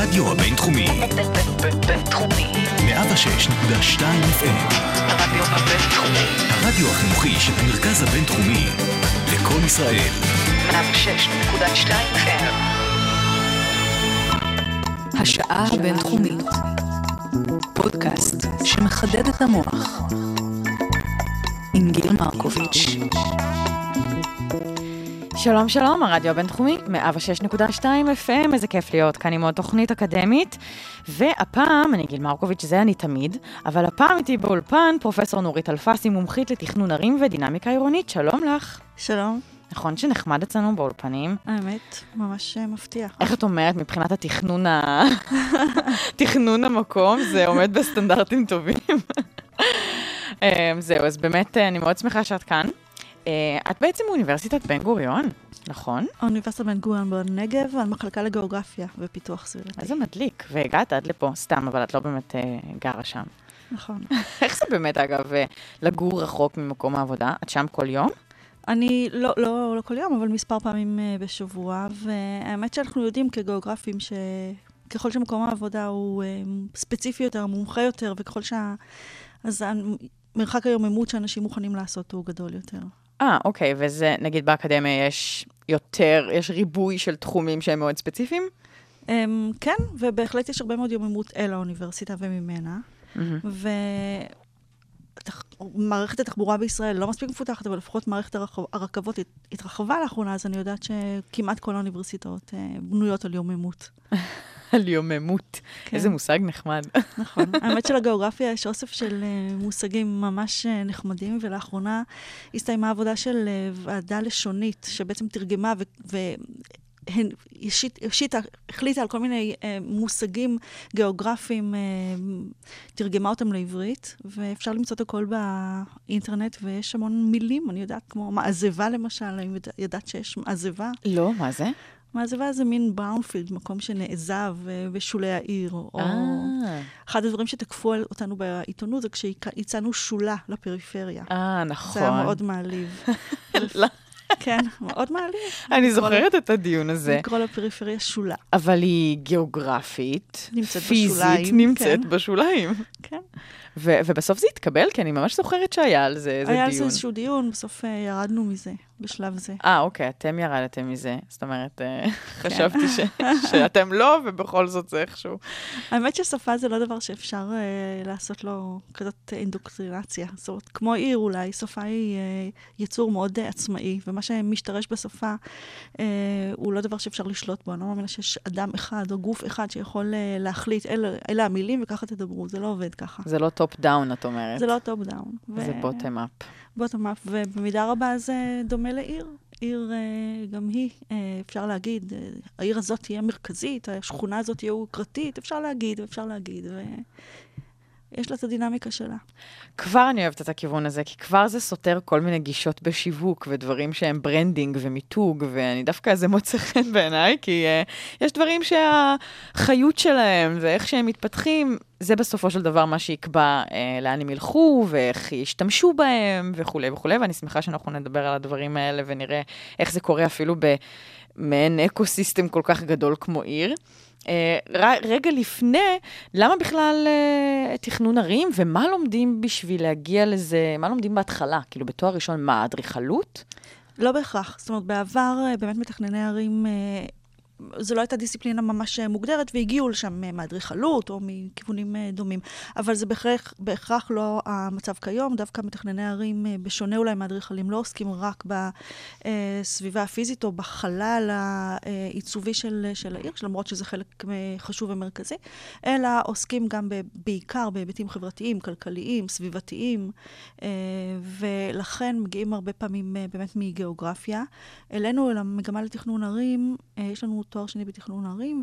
הרדיו הבינתחומי. בינתחומי. 106.2 FM. הרדיו הבינתחומי. הרדיו החינוכי של המרכז הבינתחומי. לכל ישראל. 106.2 FM. השעה הבינתחומית. פודקאסט שמחדד את המוח. עם גיל מרקוביץ'. שלום שלום, הרדיו הבינתחומי, 106.2 FM, איזה כיף להיות כאן עם עוד תוכנית אקדמית. והפעם, אני גיל מרקוביץ', זה אני תמיד, אבל הפעם איתי באולפן פרופסור נורית אלפסי, מומחית לתכנון ערים ודינמיקה עירונית. שלום לך. שלום. נכון שנחמד אצלנו באולפנים? האמת, ממש מפתיע. איך את אומרת, מבחינת התכנון תכנון המקום, זה עומד בסטנדרטים טובים. זהו, אז באמת אני מאוד שמחה שאת כאן. את בעצם מאוניברסיטת בן גוריון, נכון? האוניברסיטת בן גוריון בנגב, על מחלקה לגיאוגרפיה ופיתוח סביבתי. איזה מדליק, והגעת עד לפה, סתם, אבל את לא באמת גרה שם. נכון. איך זה באמת, אגב, לגור רחוק ממקום העבודה? את שם כל יום? אני לא כל יום, אבל מספר פעמים בשבוע, והאמת שאנחנו יודעים כגיאוגרפים שככל שמקום העבודה הוא ספציפי יותר, מומחה יותר, וככל אז מרחק היוממות שאנשים מוכנים לעשות הוא גדול יותר. אוקיי, וזה, נגיד באקדמיה יש ריבוי של תחומים שהם מאוד ספציפיים? כן, ובהחלט יש הרבה מאוד יוממות אל האוניברסיטה וממנה, ומערכת התחבורה בישראל לא מספיק מפותחת, אבל לפחות מערכת הרכבות התרחבה לאחרונה, אז אני יודעת שכמעט כל האוניברסיטאות בנויות על יוממות. על יוממות. כן. איזה מושג נחמד. נכון. האמת של הגיאוגרפיה יש אוסף של מושגים ממש נחמדים, ולאחרונה הסתיימה עבודה של ועדה לשונית, שבעצם תרגמה החליטה על כל מיני מושגים גיאוגרפיים, תרגמה אותם לעברית, ואפשר למצוא את הכל באינטרנט, ויש המון מילים, אני יודעת, כמו מעזבה למשל, אני יודעת שיש מעזבה. לא, מה זה? מעזבה זה מין בראונפילד, מקום שנעזב בשולי העיר, או אחד הדברים שתקפו אותנו בעיתונות, זה כשהצענו שולה לפריפריה. נכון. זה היה מאוד מעליב. כן, מאוד מעליב. אני זוכרת את הדיון הזה. לקרוא לפריפריה שולה. אבל היא גיאוגרפית, פיזית, נמצאת בשוליים. כן. ובסוף זה התקבל, כי אני ממש זוכרת שהיה על זה איזה דיון. היה על זה איזשהו דיון, בסוף ירדנו מזה, בשלב זה. אוקיי, אתם ירדתם מזה. זאת אומרת, חשבתי שאתם לא, ובכל זאת זה איכשהו. האמת ששפה זה לא דבר שאפשר לעשות לו כזאת אינדוקטרינציה. זאת אומרת, כמו עיר אולי, שפה היא יצור מאוד עצמאי, ומה שמשתרש בשפה הוא לא דבר שאפשר לשלוט בו. אני לא מאמינה שיש אדם אחד או גוף אחד שיכול להחליט, אלה המילים וככה תדברו. זה לא עובד ככה. זה לא טופ דאון, את אומרת. זה לא טופ דאון. זה בוטם אפ. בוטם אפ, ובמידה רבה זה דומה לעיר. עיר גם היא, אפשר להגיד, העיר הזאת תהיה מרכזית, השכונה הזאת תהיה יוקרתית, אפשר להגיד, יש לה את הדינמיקה שלה. כבר אני אוהבת את הכיוון הזה, כי כבר זה סותר כל מיני גישות בשיווק, ודברים שהם ברנדינג ומיתוג, ואני דווקא זה מוצא חן בעיניי, כי יש דברים שהחיות שלהם, ואיך שהם מתפתחים, זה בסופו של דבר מה שיקבע לאן הם ילכו, ואיך ישתמשו בהם, וכו' וכו', ואני שמחה שאנחנו נדבר על הדברים האלה, ונראה איך זה קורה אפילו במעין אקוסיסטם כל כך גדול כמו עיר. רגע לפני, למה בכלל תכנון ערים, ומה לומדים בשביל להגיע לזה, מה לומדים בהתחלה? כאילו בתואר ראשון, מה, אדריכלות? לא בהכרח. זאת אומרת, בעבר באמת מתכנני ערים, זו לא הייתה דיסציפלינה ממש מוגדרת, והגיעו לשם מאדריכלות או מכיוונים דומים. אבל זה בהכרח לא המצב כיום. דווקא מתכנני ערים, בשונה אולי מאדריכלים, לא עוסקים רק בסביבה הפיזית או בחלל העיצובי של העיר, למרות שזה חלק חשוב ומרכזי, אלא עוסקים גם בעיקר בהיבטים חברתיים, כלכליים, סביבתיים, ולכן מגיעים הרבה פעמים באמת מגיאוגרפיה. אלינו, אל המגמה לתכנון ערים, יש לנו תואר שני בתכנון ערים,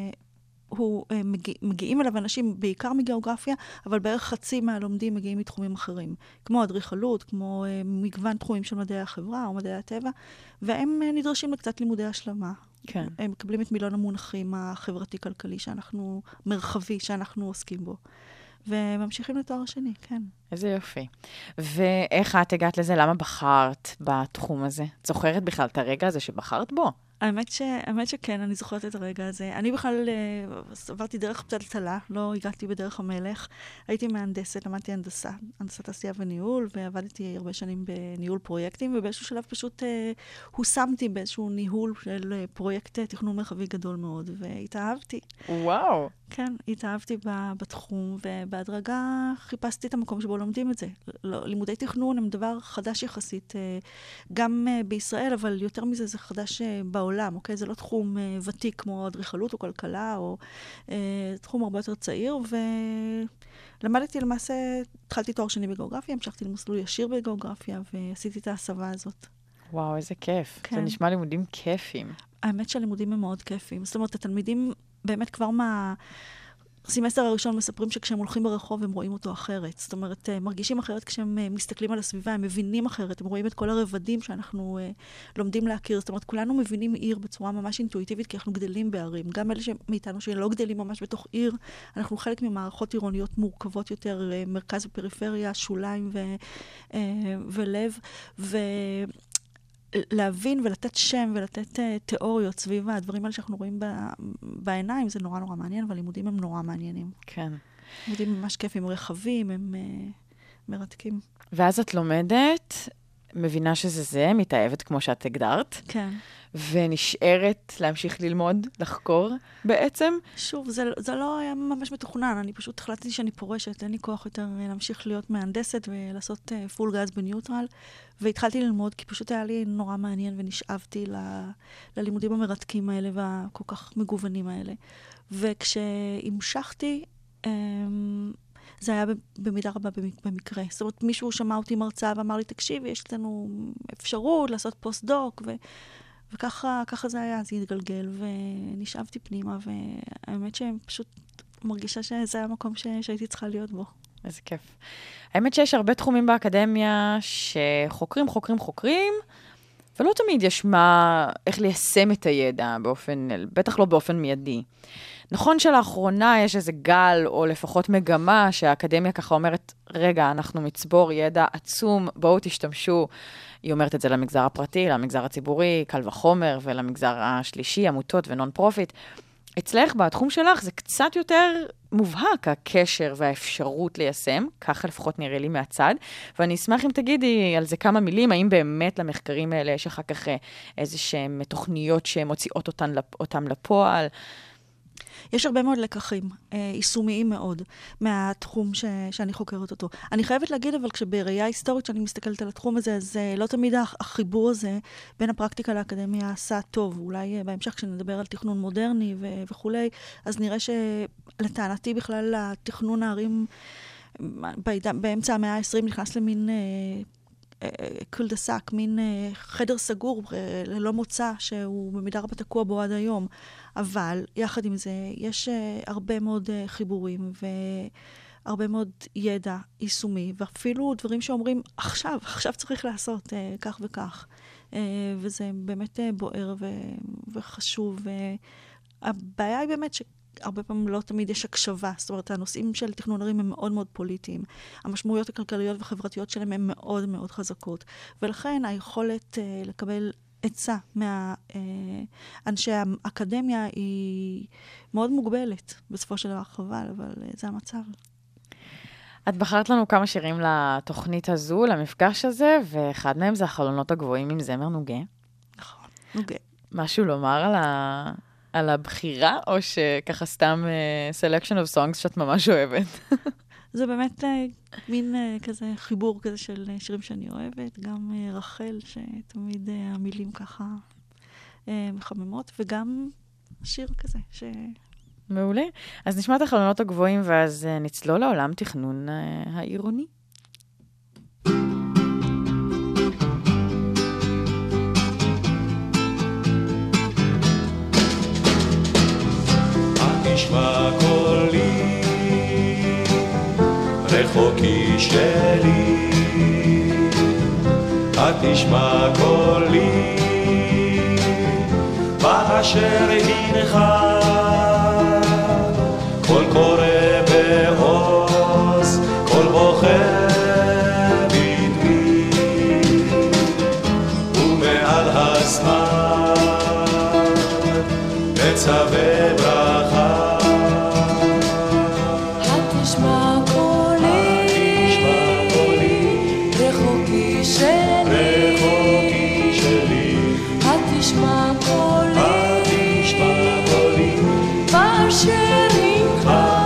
מגיעים אליו אנשים בעיקר מגיאוגרפיה, אבל בערך חצי מהלומדים מגיעים מתחומים אחרים, כמו אדריכלות, כמו מגוון תחומים של מדעי החברה או מדעי הטבע, והם נדרשים לקצת לימודי השלמה. כן. הם מקבלים את מילון המונחים החברתי-כלכלי מרחבי שאנחנו עוסקים בו. וממשיכים לתואר שני, כן. איזה יופי. ואיך את הגעת לזה? למה בחרת בתחום הזה? את זוכרת בכלל את הרגע הזה שבחרת בו? האמת שכן, אני זוכרת את הרגע הזה. אני בכלל עברתי דרך פתלתלה, לא הגעתי בדרך המלך. הייתי מהנדסת, למדתי הנדסת עשייה וניהול, ועבדתי הרבה שנים בניהול פרויקטים, ובאיזשהו שלב פשוט הושמתי באיזשהו ניהול של פרויקט תכנון מרחבי גדול מאוד, והתאהבתי. וואו. כן, התאהבתי בתחום, ובהדרגה חיפשתי את המקום שבו לומדים את זה. לימודי תכנון הם דבר חדש יחסית, גם בישראל, אבל יותר מזה זה חדש בעולם, אוקיי? זה לא תחום ותיק כמו אדריכלות או כלכלה, או תחום הרבה יותר צעיר, ולמדתי למעשה, התחלתי תואר שני בגיאוגרפיה, המשכתי למסלול ישיר בגיאוגרפיה, ועשיתי את ההסבה הזאת. וואו, איזה כיף. כן. זה נשמע לימודים כיפים. האמת שהלימודים הם מאוד כיפים. זאת אומרת, התלמידים באמת כבר הסמסטר הראשון מספרים שכשהם הולכים ברחוב הם רואים אותו אחרת. זאת אומרת, מרגישים אחרת כשהם מסתכלים על הסביבה, הם מבינים אחרת, הם רואים את כל הרבדים שאנחנו לומדים להכיר. זאת אומרת, כולנו מבינים עיר בצורה ממש אינטואיטיבית, כי אנחנו גדלים בערים. גם אלה מאיתנו שלא גדלים ממש בתוך עיר, אנחנו חלק ממערכות עירוניות מורכבות יותר, מרכז ופריפריה, שוליים ולב, להבין ולתת שם ולתת תיאוריות סביב הדברים האלה שאנחנו רואים בעיניים, זה נורא נורא מעניין, אבל לימודים הם נורא מעניינים. כן. לימודים ממש כיפים, רחבים, הם מרתקים. ואז את לומדת, מבינה שזה, מתאהבת כמו שאת הגדרת. כן. ונשארת להמשיך ללמוד, לחקור בעצם. שוב, זה לא היה ממש מתוכנן, אני פשוט החלטתי שאני פורשת, אין לי כוח יותר להמשיך להיות מהנדסת ולעשות פול גז בניוטרל, והתחלתי ללמוד כי פשוט היה לי נורא מעניין ונשאבתי ללימודים המרתקים האלה והכל כך מגוונים האלה. וכשהמשכתי, זה היה במידה רבה במקרה. זאת אומרת, מישהו שמע אותי מרצה ואמר לי, תקשיבי, יש לנו אפשרות לעשות פוסט-דוק, וככה זה היה, זה התגלגל, ונשאבתי פנימה, והאמת שפשוט מרגישה שזה היה המקום שהייתי צריכה להיות בו. איזה כיף. האמת שיש הרבה תחומים באקדמיה שחוקרים, ולא תמיד יש איך ליישם את הידע בטח לא באופן מיידי. נכון שלאחרונה יש איזה גל, או לפחות מגמה, שהאקדמיה ככה אומרת, רגע, אנחנו מצבור ידע עצום, בואו תשתמשו. היא אומרת את זה למגזר הפרטי, למגזר הציבורי, קל וחומר, ולמגזר השלישי, עמותות ונון פרופיט. אצלך, בתחום שלך, זה קצת יותר מובהק, הקשר והאפשרות ליישם, ככה לפחות נראה לי מהצד, ואני אשמח אם תגידי על זה כמה מילים, האם באמת למחקרים האלה יש אחר כך איזשהם תוכניות שמוציאות אותם לפועל, יש הרבה מאוד לקחים, יישומיים מאוד, מהתחום שאני חוקרת אותו. אני חייבת להגיד, אבל כשבראייה היסטורית שאני מסתכלת על התחום הזה, אז לא תמיד החיבור הזה בין הפרקטיקה לאקדמיה עשה טוב. אולי בהמשך כשנדבר על תכנון מודרני וכולי, אז נראה שלטענתי בכלל התכנון הערים באמצע המאה ה-20 נכנס למין קולדסק, מין חדר סגור ללא מוצא, שהוא במידה רבה תקוע בו עד היום. אבל יחד עם זה יש הרבה מאוד חיבורים והרבה מאוד ידע יישומי, ואפילו דברים שאומרים עכשיו צריך לעשות כך וכך. וזה באמת בוער וחשוב. והבעיה היא באמת הרבה פעמים לא תמיד יש הקשבה. זאת אומרת, הנושאים של תכנון ערים הם מאוד מאוד פוליטיים. המשמעויות הכלכליות וחברתיות שלהם הן מאוד מאוד חזקות. ולכן היכולת לקבל עצה מהאנשי האקדמיה היא מאוד מוגבלת בסופו של דבר, חבל, אבל זה המצב. את בחרת לנו כמה שירים לתוכנית הזו, למפגש הזה, ואחד מהם זה החלונות הגבוהים עם זמר נוגה. נכון, נוגה. משהו לומר על הבחירה, או שככה סתם selection of songs שאת ממש אוהבת? זה באמת מין כזה חיבור כזה של שירים שאני אוהבת, גם רחל, שתמיד המילים ככה מחממות, וגם שיר כזה מעולה. אז נשמע את החלונות הגבוהים, ואז נצלול לעולם תכנון העירוני. תשמע קולי, רחוקי שלי, תשמע קולי, באשר הנך, קול קורא בעוז, קול בוחר מצווה ברכה. התשמע קולי, רחוקי שלי, התשמע קולי, באשר עמך,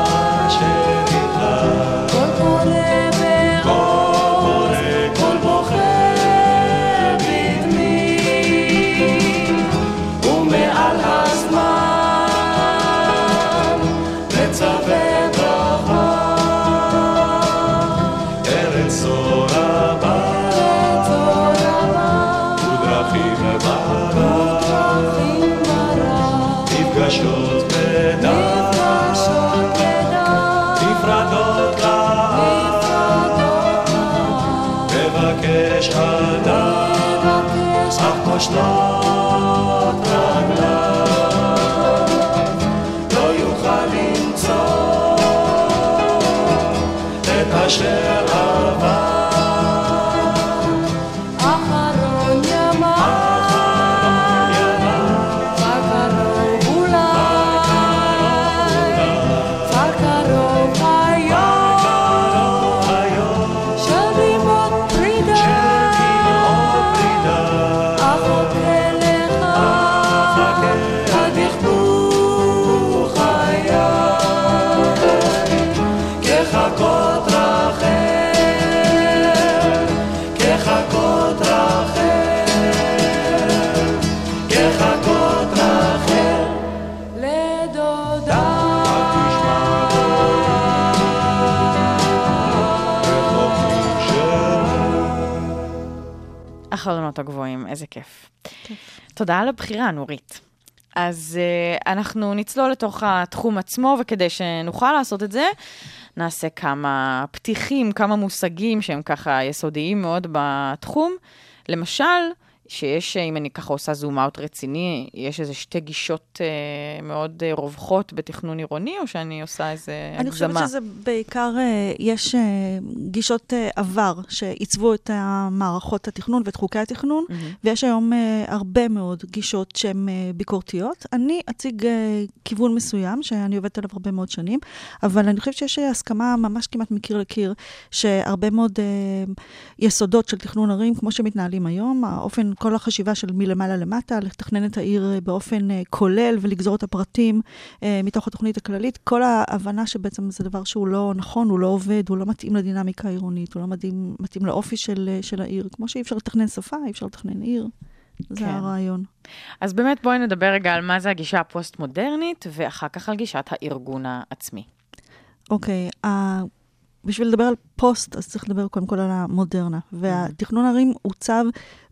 כל קורא באור, כל בוחר בדמי, ומעל הזמן מצווה ברכה. ארץ זו רבה ודרכים ברא, נפגשות בדעת, נפרדות לאט, מבקש אדם, אך פושטות רגליו, לא יוכל למצוא את אשר עבר. אחרון ימיו, בקרוב אולי, בקרוב היום, של דמעות פרידה, אחכה לך, עד יכבו חיי, כחכות רחל, כחכות רחל, כחכות רחל, לדודה. החלונות הגבוהים, איזה כיף. תודה על הבחירה, נורית. אז אנחנו נצלול לתוך התחום עצמו, וכדי שנוכל לעשות את זה, נעשה כמה פתיחים, כמה מושגים שהם ככה יסודיים מאוד בתחום. למשל, שיש, אם אני ככה עושה זום אאוט רציני, יש איזה שתי גישות מאוד רווחות בתכנון עירוני, או שאני עושה איזה הגזמה? אני חושבת שזה בעיקר, יש גישות עבר שעיצבו את המערכות התכנון ואת חוקי התכנון, ויש היום הרבה מאוד גישות שהן ביקורתיות. אני אציג כיוון מסוים, שאני עובדת עליו הרבה מאוד שנים, אבל אני חושבת שיש הסכמה ממש כמעט מקיר לקיר, שהרבה מאוד יסודות של תכנון ערים, כמו שמתנהלים היום, האופן, כל החשיבה של מלמעלה למטה, לתכנן את העיר באופן כולל ולגזור את הפרטים מתוך התוכנית הכללית, כל ההבנה שבעצם זה דבר שהוא לא נכון, הוא לא עובד, הוא לא מתאים לדינמיקה העירונית, הוא לא מתאים לאופי של העיר. כמו שאי אפשר לתכנן שפה, אי אפשר לתכנן עיר. זה הרעיון. אז באמת בואי נדבר רגע על מה זה הגישה הפוסט-מודרנית, ואחר כך על גישת הארגון העצמי. אוקיי, בשביל לדבר על פוסט, אז צריך לדבר קודם כל על המודרנה. והתכנון ערים עוצב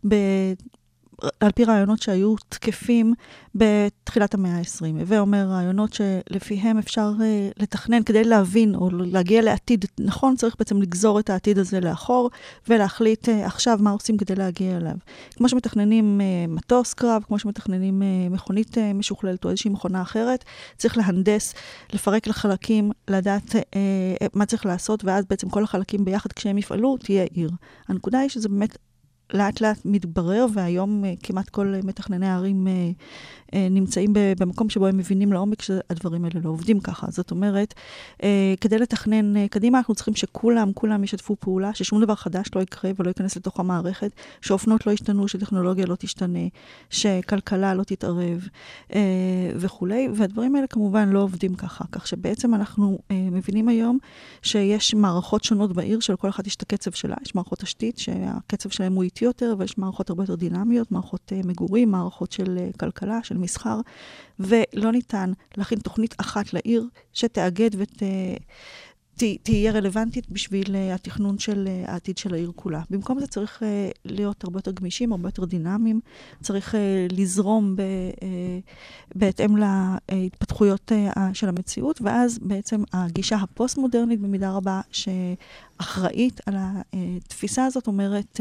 על פי רעיונות שהיו תקפים בתחילת המאה ה-20. ואומר רעיונות שלפיהם אפשר לתכנן כדי להבין או להגיע לעתיד נכון, צריך בעצם לגזור את העתיד הזה לאחור, ולהחליט עכשיו מה עושים כדי להגיע אליו. כמו שמתכננים מטוס קרב, כמו שמתכננים מכונית משוכללת או איזושהי מכונה אחרת, צריך להנדס, לפרק לחלקים, לדעת מה צריך לעשות, ואז בעצם כל החלקים ביחד כשהם יפעלו, תהיה עיר. הנקודה היא שזה באמת לאט לאט מתברר, והיום כמעט כל מתכנני הערים נמצאים במקום שבו הם מבינים לעומק שהדברים האלה לא עובדים ככה. זאת אומרת, כדי לתכנן קדימה, אנחנו צריכים שכולם ישתפו פעולה, ששום דבר חדש לא יקרה ולא ייכנס לתוך המערכת, שאופנות לא ישתנו, שטכנולוגיה לא תשתנה, שכלכלה לא תתערב וכו'. והדברים האלה כמובן לא עובדים ככה. כך שבעצם אנחנו מבינים היום שיש מערכות שונות בעיר, שלכל אחת יש את הקצב שלה. יש מערכות תשתית שהקצב שלהם הוא איטי יותר, ויש מערכות הרבה יותר דינמיות, מערכות מגורים, מערכות של כלכלה, של מסחר, ולא ניתן להכין תוכנית אחת לעיר שתאגד ותהיה רלוונטית בשביל התכנון של העתיד של העיר כולה. במקום זה צריך להיות הרבה יותר גמישים, הרבה יותר דינמיים, צריך לזרום בהתאם להתפתחויות של המציאות, ואז בעצם הגישה הפוסט-מודרנית במידה רבה שאחראית על התפיסה הזאת אומרת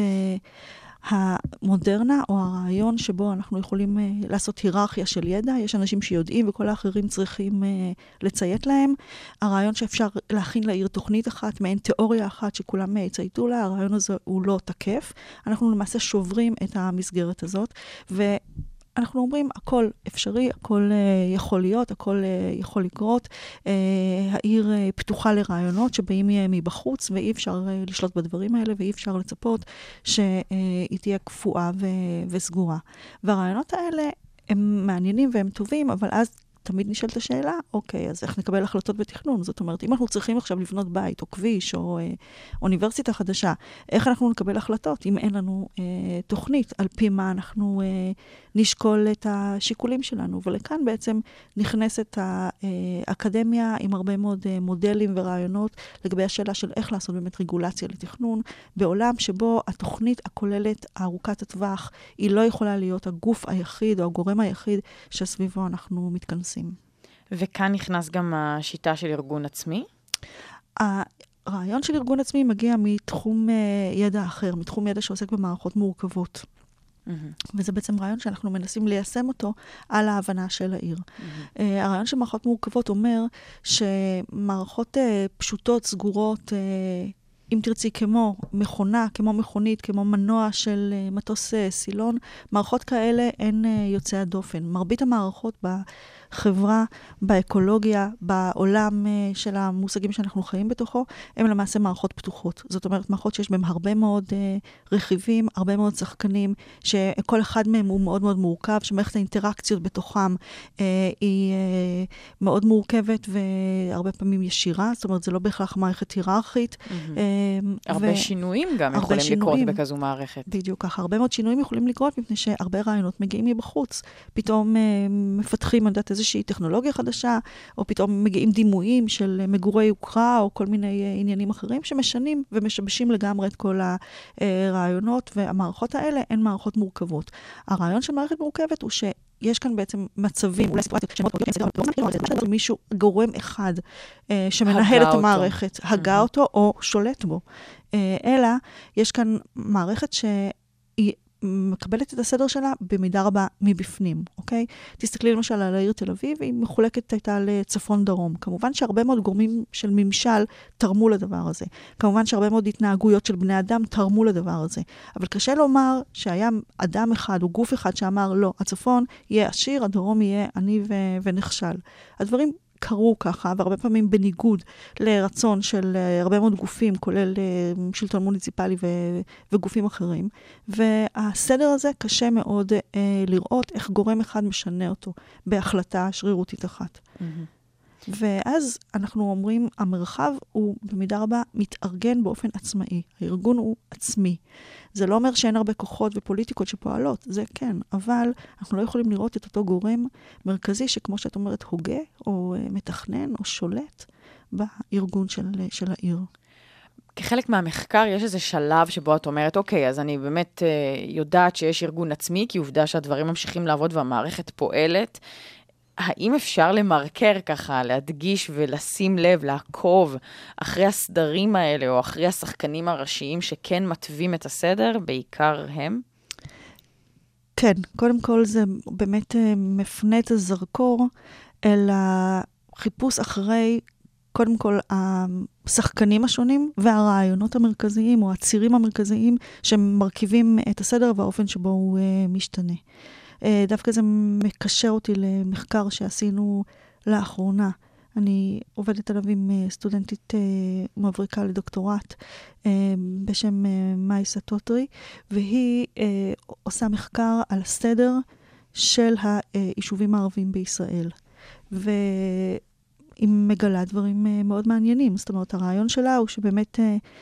המודרנה, או הרעיון שבו אנחנו יכולים לעשות היררכיה של ידע, יש אנשים שיודעים וכל האחרים צריכים לציית להם. הרעיון שאפשר להכין לעיר תוכנית אחת, מעין תיאוריה אחת שכולם יצייתו לה, הרעיון הזה הוא לא תקף. אנחנו למעשה שוברים את המסגרת הזאת, אנחנו אומרים, הכל אפשרי, הכל יכול להיות, הכל יכול לקרות. העיר פתוחה לרעיונות שבאים מבחוץ, ואי אפשר לשלוט בדברים האלה, ואי אפשר לצפות שהיא תהיה קפואה וסגורה. והרעיונות האלה הם מעניינים והם טובים, אבל אז תמיד נשאלת השאלה, אוקיי, אז איך נקבל החלטות בתכנון? זאת אומרת, אם אנחנו צריכים עכשיו לבנות בית, או כביש, או אוניברסיטה חדשה, איך אנחנו נקבל החלטות אם אין לנו תוכנית, על פי מה אנחנו נשקול את השיקולים שלנו? ולכאן בעצם נכנסת האקדמיה עם הרבה מאוד מודלים ורעיונות לגבי השאלה של איך לעשות באמת רגולציה לתכנון, בעולם שבו התוכנית הכוללת, ארוכת הטווח, היא לא יכולה להיות הגוף היחיד או הגורם היחיד שסביבו אנחנו מתכנסים. וכאן נכנס גם השיטה של ארגון עצמי? הרעיון של ארגון עצמי מגיע מתחום ידע אחר, מתחום ידע שעוסק במערכות מורכבות. וזה בעצם רעיון שאנחנו מנסים ליישם אותו על ההבנה של העיר. הרעיון של מערכות מורכבות אומר שמערכות פשוטות, סגורות, אם תרצי, כמו מכונה, כמו מכונית, כמו מנוע של מטוס סילון, מערכות כאלה הן יוצאי הדופן. מרבית המערכות בחברה, באקולוגיה, בעולם של המושגים שאנחנו חיים בתוכו, הן למעשה מערכות פתוחות. זאת אומרת, מערכות שיש בהן הרבה מאוד רכיבים, הרבה מאוד שחקנים, שכל אחד מהם הוא מאוד מאוד מורכב, שמערכת האינטראקציות בתוכם היא מאוד מורכבת והרבה פעמים ישירה, זאת אומרת, זה לא בהכרח מערכת היררכית. הרבה שינויים גם יכולים לקרות בכזו מערכת. בדיוק ככה, הרבה מאוד שינויים יכולים לקרות, מפני שהרבה רעיונות מגיעים מבחוץ. פתאום מפתחים איזושהי טכנולוגיה חדשה, או פתאום מגיעים דימויים של מגורי יוקרה, או כל מיני עניינים אחרים שמשנים ומשבשים לגמרי את כל הרעיונות, והמערכות האלה הן מערכות מורכבות. הרעיון של מערכת מורכבת הוא יש כאן בעצם מצבים, אולי סיטואציות שמות פוליטיות, מישהו, גורם אחד שמנהל את המערכת, הגה אותו או שולט בו. אלא יש כאן מערכת שהיא מקבלת את הסדר שלה במידה רבה מבפנים, אוקיי? תסתכלי למשל על העיר תל אביב, היא מחולקת הייתה לצפון דרום. כמובן שהרבה מאוד גורמים של ממשל תרמו לדבר הזה. כמובן שהרבה מאוד התנהגויות של בני אדם תרמו לדבר הזה. אבל קשה לומר שהיה אדם אחד או גוף אחד שאמר, לא, הצפון יהיה עשיר, הדרום יהיה עני ונכשל. הדברים קרו ככה, והרבה פעמים בניגוד לרצון של הרבה מאוד גופים, כולל שלטון מוניציפלי וגופים אחרים. והסדר הזה קשה מאוד לראות איך גורם אחד משנה אותו בהחלטה שרירותית אחת. ואז אנחנו אומרים, המרחב הוא במידה רבה מתארגן באופן עצמאי. הארגון הוא עצמי. זה לא אומר שאין הרבה כוחות ופוליטיקות שפועלות, זה כן, אבל אנחנו לא יכולים לראות את אותו גורם מרכזי שכמו שאת אומרת, הוגה או מתכנן או שולט בארגון של העיר. כחלק מהמחקר יש איזה שלב שבו את אומרת, אוקיי, אז אני באמת יודעת שיש ארגון עצמי, כי עובדה שהדברים ממשיכים לעבוד והמערכת פועלת. האם אפשר למרקר ככה, להדגיש ולשים לב, לעקוב אחרי הסדרים האלה, או אחרי השחקנים הראשיים שכן מטווים את הסדר, בעיקר הם? כן, קודם כל זה באמת מפנה את הזרקור אל החיפוש אחרי, קודם כל, השחקנים השונים והרעיונות המרכזיים, או הצירים המרכזיים שמרכיבים את הסדר והאופן שבו הוא משתנה. דווקא זה מקשר אותי למחקר שעשינו לאחרונה. אני עובדת עליו עם סטודנטית מבריקה לדוקטורט בשם מאיסה טוטרי, והיא עושה מחקר על הסדר של היישובים הערביים בישראל. והיא מגלה דברים מאוד מעניינים. זאת אומרת, הרעיון שלה הוא שבאמת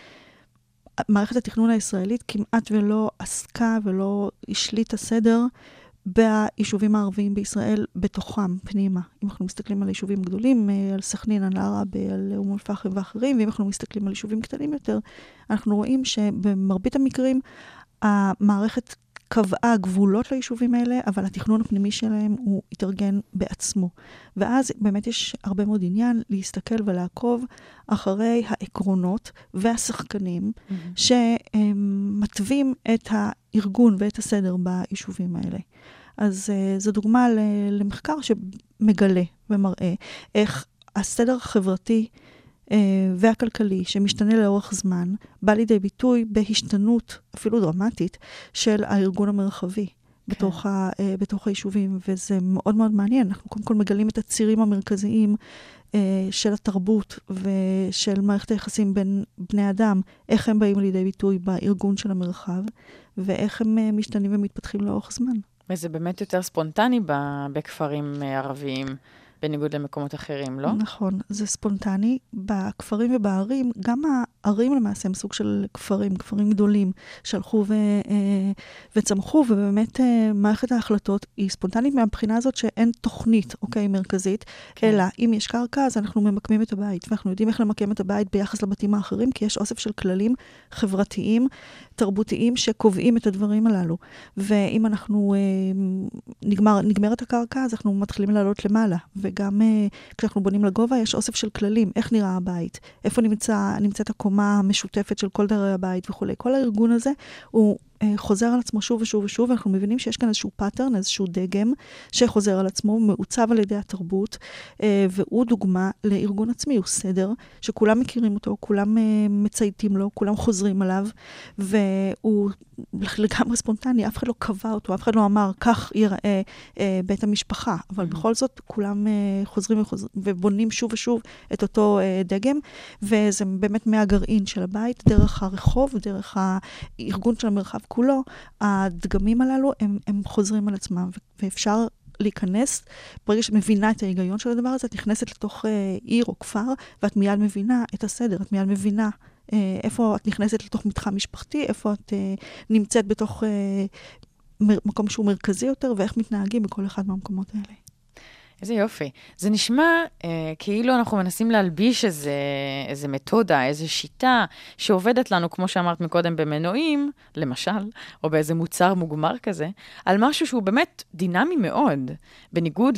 מערכת התכנון הישראלית כמעט ולא עסקה ולא השליטה סדר ביישובים הערביים בישראל בתוכם, פנימה. אם אנחנו מסתכלים על יישובים גדולים, על סכנין, על עראבה, על אום אל-פחם ואחרים, ואם אנחנו מסתכלים על יישובים קטנים יותר, אנחנו רואים שבמרבית המקרים המערכת קבעה גבולות ליישובים האלה, אבל התכנון הפנימי שלהם הוא התארגן בעצמו. ואז באמת יש הרבה מאוד עניין להסתכל ולעקוב אחרי העקרונות והשחקנים שמטווים את הארגון ואת הסדר ביישובים האלה. אז זו דוגמה למחקר שמגלה ומראה איך הסדר החברתי והכלכלי שמשתנה לאורך זמן, בא לידי ביטוי בהשתנות אפילו דרמטית של הארגון המרחבי. בתוך היישובים, וזה מאוד מאוד מעניין. אנחנו קודם כל מגלים את הצירים המרכזיים של התרבות ושל מערכת היחסים בין בני אדם, איך הם באים לידי ביטוי בארגון של המרחב, ואיך הם משתנים ומתפתחים לאורך זמן. וזה באמת יותר ספונטני בכפרים ערביים, בניגוד למקומות אחרים, לא? נכון, זה ספונטני. בכפרים ובערים, גם הערים למעשה הם סוג של כפרים גדולים, שהלכו וצמחו, ובאמת מערכת ההחלטות היא ספונטנית מהבחינה הזאת שאין תוכנית, מרכזית, אלא אם יש קרקע, אז אנחנו ממקמים את הבית, ואנחנו יודעים איך למקם את הבית ביחס לבתים האחרים, כי יש אוסף של כללים חברתיים, תרבותיים, שקובעים את הדברים הללו. ואם אנחנו נגמרת הקרקע, אז אנחנו מתחילים לעלות למעלה, וגם כשאנחנו בונים לגובה, יש אוסף של כללים, איך נראה הבית, איפה נמצאת הקומה המשותפת של כל דרי הבית וכו'. כל הארגון הזה הוא חוזר על עצמו שוב ושוב ושוב, ואנחנו מבינים שיש כאן איזשהו פאטרן, איזשהו דגם שחוזר על עצמו, מעוצב על ידי התרבות, והוא דוגמה לארגון עצמי, הוא סדר, שכולם מכירים אותו, כולם מצייתים לו, כולם חוזרים עליו, והוא לגמרי ספונטני, אף אחד לא קבע אותו, אף אחד לא אמר, כך ייראה בית המשפחה, אבל בכל זאת כולם חוזרים ובונים שוב ושוב את אותו דגם, וזה באמת מהגרעין של הבית, דרך הרחוב, דרך הארגון של המרחב כולו, הדגמים הללו הם חוזרים על עצמם, ואפשר להיכנס, ברגע שמבינה את ההיגיון של הדבר הזה, את נכנסת לתוך עיר או כפר, ואת מיד מבינה את הסדר, את מיד מבינה איפה את נכנסת לתוך מתחם משפחתי, איפה את נמצאת בתוך מקום שהוא מרכזי יותר, ואיך מתנהגים בכל אחד מהמקומות האלה. איזה יופי. זה נשמע כאילו אנחנו מנסים להלביש איזה מתודה, איזו שיטה שעובדת לנו, כמו שאמרת מקודם, במנועים, למשל, או באיזה מוצר מוגמר כזה, על משהו שהוא באמת דינמי מאוד, בניגוד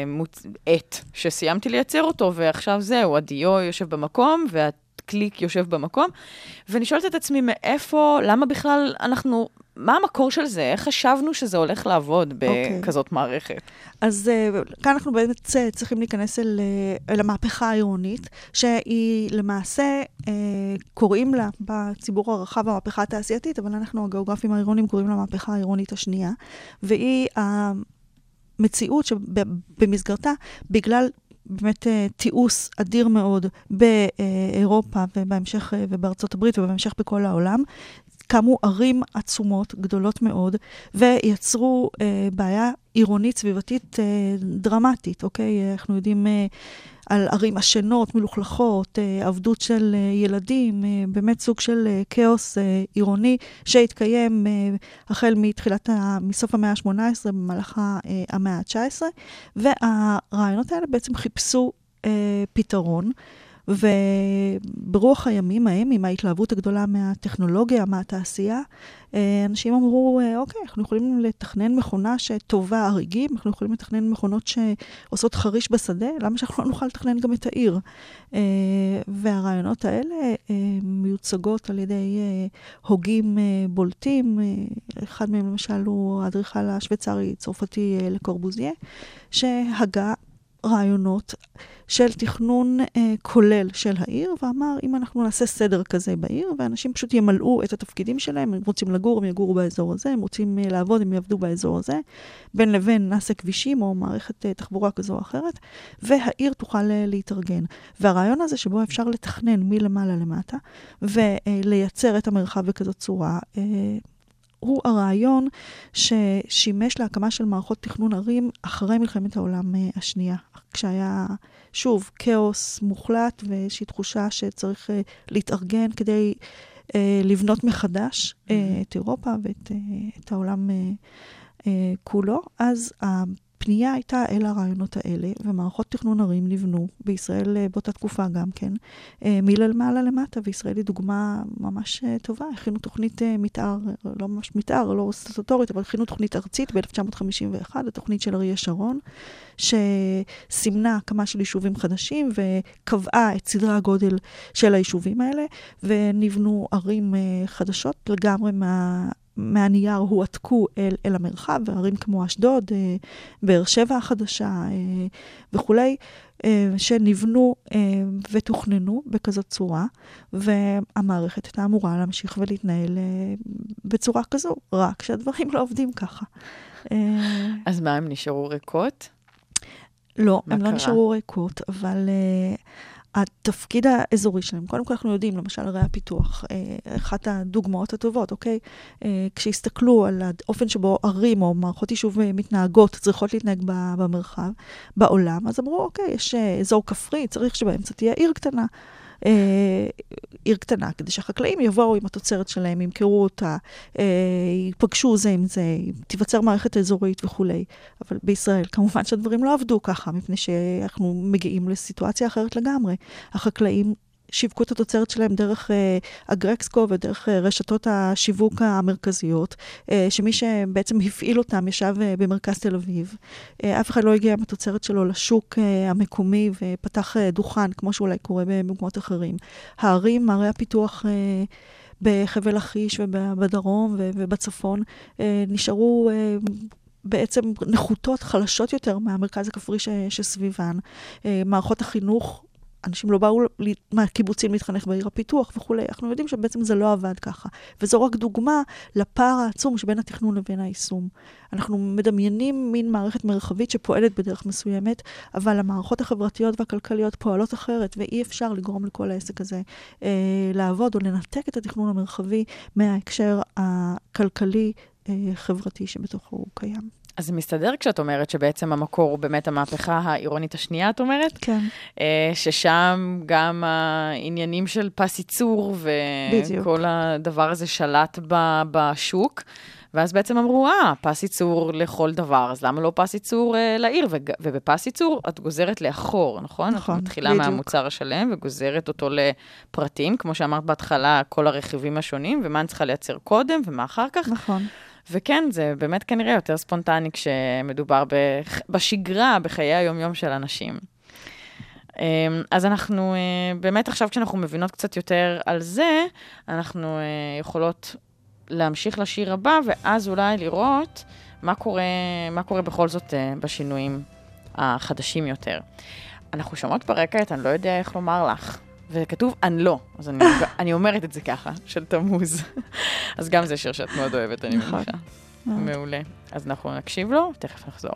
לעט שסיימתי לייצר אותו, ועכשיו זהו, הדיו יושב במקום, והקליק יושב במקום, ואני שואלת את עצמי מאיפה, למה בכלל אנחנו... מה המקור של זה? איך חשבנו שזה הולך לעבוד בכזאת מערכת? אז כאן אנחנו באמת צריכים להיכנס אל המהפכה העירונית, שהיא למעשה, קוראים לה בציבור הרחב המהפכה התעשייתית, אבל אנחנו הגיאוגרפים העירוניים קוראים לה המהפכה העירונית השנייה, והיא המציאות שבמסגרתה, בגלל באמת תיעוש אדיר מאוד באירופה ובהמשך ובארצות הברית ובהמשך בכל העולם, קמו ערים עצומות, גדולות מאוד, ויצרו בעיה עירונית סביבתית דרמטית, אוקיי? אנחנו יודעים על ערים עשנות, מלוכלכות, עבדות של ילדים, באמת סוג של כאוס עירוני שהתקיים החל מסוף המאה ה-18 במהלך המאה ה-19, והרעיונות האלה בעצם חיפשו פתרון, וברוח הימים ההם, עם ההתלהבות הגדולה מהטכנולוגיה, מהתעשייה, אנשים אמרו, אוקיי, אנחנו יכולים לתכנן מכונה שטובה הריגים, אנחנו יכולים לתכנן מכונות שעושות חריש בשדה, למה שאנחנו לא נוכל לתכנן גם את העיר? והרעיונות האלה מיוצגות על ידי הוגים בולטים, אחד מהם למשל הוא האדריכל השוויצרי צרפתי לקורבוזיה, שהגה רעיונות של תכנון כולל של העיר, ואמר, אם אנחנו נעשה סדר כזה בעיר, ואנשים פשוט ימלאו את התפקידים שלהם, הם רוצים לגור, הם יגורו באזור הזה, הם רוצים לעבוד, הם יעבדו באזור הזה, בין לבין נעשה כבישים או מערכת תחבורה כזו או אחרת, והעיר תוכל להתארגן. והרעיון הזה שבו אפשר לתכנן מלמעלה למטה, ולייצר את המרחב בכזאת צורה, הוא הרעיון ששימש להקמה של מערכות תכנון ערים אחרי מלחמת העולם השנייה. כשהיה, שוב, כאוס מוחלט ואיזושהי תחושה שצריך להתארגן כדי לבנות מחדש את אירופה ואת העולם כולו. אז הפנייה הייתה אל הרעיונות האלה, ומערכות תכנון ערים נבנו בישראל באותה תקופה גם כן, מלמעלה למטה, וישראל היא דוגמה ממש טובה. הכינו תוכנית מתאר, לא ממש מתאר, לא סטטוטורית, אבל הכינו תוכנית ארצית ב-1951, התוכנית של אריה שרון, שסימנה הקמה של יישובים חדשים, וקבעה את סדרי הגודל של היישובים האלה, ונבנו ערים חדשות לגמרי מהנייר הועתקו אל המרחב, וערים כמו אשדוד, באר שבע החדשה וכולי, שנבנו ותוכננו בכזאת צורה, והמערכת הייתה אמורה להמשיך ולהתנהל בצורה כזו, רק שהדברים לא עובדים ככה. אז מה, הם נשארו ריקות? לא, הם לא נשארו ריקות, אבל התפקיד האזורי שלהם, קודם כל אנחנו יודעים, למשל ערי הפיתוח, אחת הדוגמאות הטובות, אוקיי? כשהסתכלו על האופן שבו ערים או מערכות יישוב מתנהגות, צריכות להתנהג במרחב, בעולם, אז אמרו, אוקיי, יש אזור כפרי, צריך שבאמצע תהיה עיר קטנה. עיר קטנה, כדי שהחקלאים יבואו עם התוצרת שלהם, ימכרו אותה, ייפגשו זה עם זה, תיווצר מערכת אזורית וכו'. אבל בישראל, כמובן שהדברים לא עבדו ככה, מפני שאנחנו מגיעים לסיטואציה אחרת לגמרי. החקלאים שיווקו את התוצרת שלהם דרך אגרקסקו ודרך רשתות השיווק המרכזיות, שמי שבעצם הפעיל אותם ישב במרכז תל אביב. אף אחד לא הגיע עם התוצרת שלו לשוק המקומי ופתח דוכן, כמו שאולי קורה במקומות אחרים. הערים, ערי הפיתוח בחבל לכיש ובדרום ובצפון, נשארו בעצם נחותות חלשות יותר מהמרכז הכפרי שסביבן. מערכות החינוך, אנשים לא באו מהקיבוצים להתחנך בעיר הפיתוח וכו'. אנחנו יודעים שבעצם זה לא עבד ככה. וזו רק דוגמה לפער העצום שבין התכנון לבין היישום. אנחנו מדמיינים מין מערכת מרחבית שפועלת בדרך מסוימת, אבל המערכות החברתיות והכלכליות פועלות אחרת, ואי אפשר לגרום לכל העסק הזה לעבוד או לנתק את התכנון המרחבי מההקשר הכלכלי חברתי שבתוכו הוא קיים. אז זה מסתדר כשאת אומרת שבעצם המקור הוא באמת המהפכה העירונית השנייה, את אומרת? כן. ששם גם העניינים של פס ייצור וכל הדבר הזה שלט בשוק, ואז בעצם אמרו, פס ייצור לכל דבר, אז למה לא פס ייצור לעיר? ובפס ייצור את גוזרת לאחור, נכון? נכון, את מתחילה מהמוצר השלם וגוזרת אותו לפרטים, כמו שאמרת בהתחלה, כל הרכיבים השונים, ומה אני צריכה לייצר קודם ומה אחר כך. נכון. וכן, זה באמת כנראה יותר ספונטני כשמדובר בשגרה, בחיי היום-יום של אנשים. אז אנחנו, באמת עכשיו כשאנחנו מבינות קצת יותר על זה, אנחנו יכולות להמשיך לשיר הבא, ואז אולי לראות מה קורה בכל זאת בשינויים החדשים יותר. אנחנו שומעות ברקע את אני לא יודע איך לומר לך. וכתוב אני לא, אז אני אומרת את זה ככה, של תמוז. אז גם זה שיר שאת מאוד אוהבת, אני מניחה. מעולה. אז אנחנו נקשיב לו, תכף נחזור.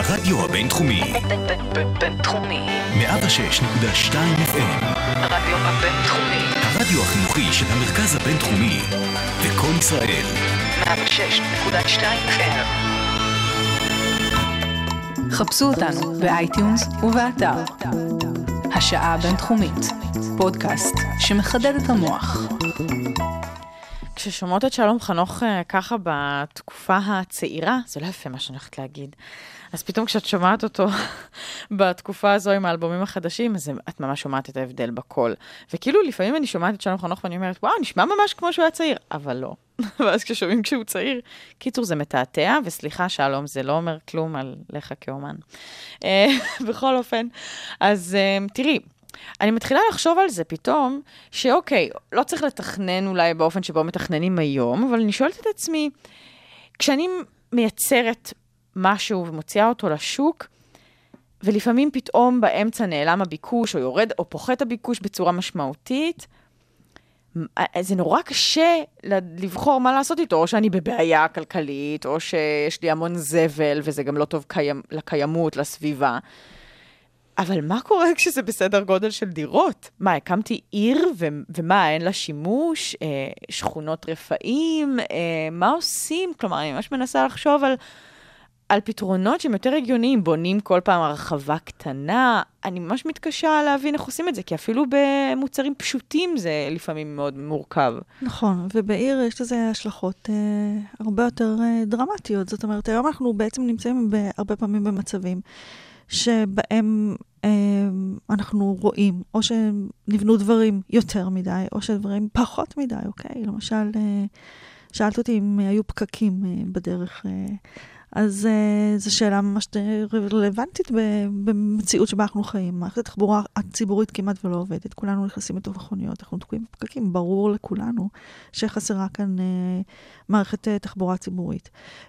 הרדיו הבינתחומי. בינתחומי. 106.2 FM. הרדיו הבינתחומי. הרדיו החינוכי של המרכז הבינתחומי. לקום ישראל. 106.2 FM. חפשו אותנו באייטיונס ובאתר. השעה הבינתחומית, פודקאסט שמחדד את המוח. כששומעות את שלום חנוך ככה בתקופה הצעירה, זה לא יפה מה שאני הולכת להגיד, אז פתאום כשאת שומעת אותו בתקופה הזו עם האלבומים החדשים, אז את ממש שומעת את ההבדל בכל. וכאילו לפעמים אני שומעת את שלום חנוך ואני אומרת, וואו, נשמע ממש כמו שהוא היה צעיר, אבל לא. ואז כששומעים כשהוא צעיר, קיצור זה מתעתע, וסליחה שלום, זה לא אומר כלום עליך כאומן. בכל אופן, אז תראי, אני מתחילה לחשוב על זה פתאום, שאוקיי, לא צריך לתכנן אולי באופן שבו מתכננים היום, אבל אני שואלת את עצמי, כשאני מייצרת משהו ומוציאה אותו לשוק, ולפעמים פתאום באמצע נעלם הביקוש, או יורד, או פוחת הביקוש בצורה משמעותית, זה נורא קשה לבחור מה לעשות איתו, או שאני בבעיה כלכלית, או שיש לי המון זבל, וזה גם לא טוב לקיימות, לסביבה. אבל מה קורה כשזה בסדר גודל של דירות? מה, הקמתי עיר, ומה, אין לה שימוש? שכונות רפאים? מה עושים? כלומר, אני ממש מנסה לחשוב על פתרונות שהם יותר הגיוניים, בונים כל פעם הרחבה קטנה, אני ממש מתקשה להבין איך עושים את זה, כי אפילו במוצרים פשוטים זה לפעמים מאוד מורכב. נכון, ובעיר יש לזה השלכות הרבה יותר דרמטיות, זאת אומרת, היום אנחנו בעצם נמצאים הרבה פעמים במצבים, שבהם אנחנו רואים, או שנבנו דברים יותר מדי, או שדברים פחות מדי, אוקיי? למשל, שאלת אותי אם היו פקקים בדרך, אז זו שאלה ממש רלוונטית במציאות שבה אנחנו חיים. מערכת התחבורה הציבורית כמעט ולא עובדת. כולנו נכנסים לתוך מכוניות, אנחנו תקועים בפקקים. ברור לכולנו שחסרה כאן מערכת תחבורה ציבורית.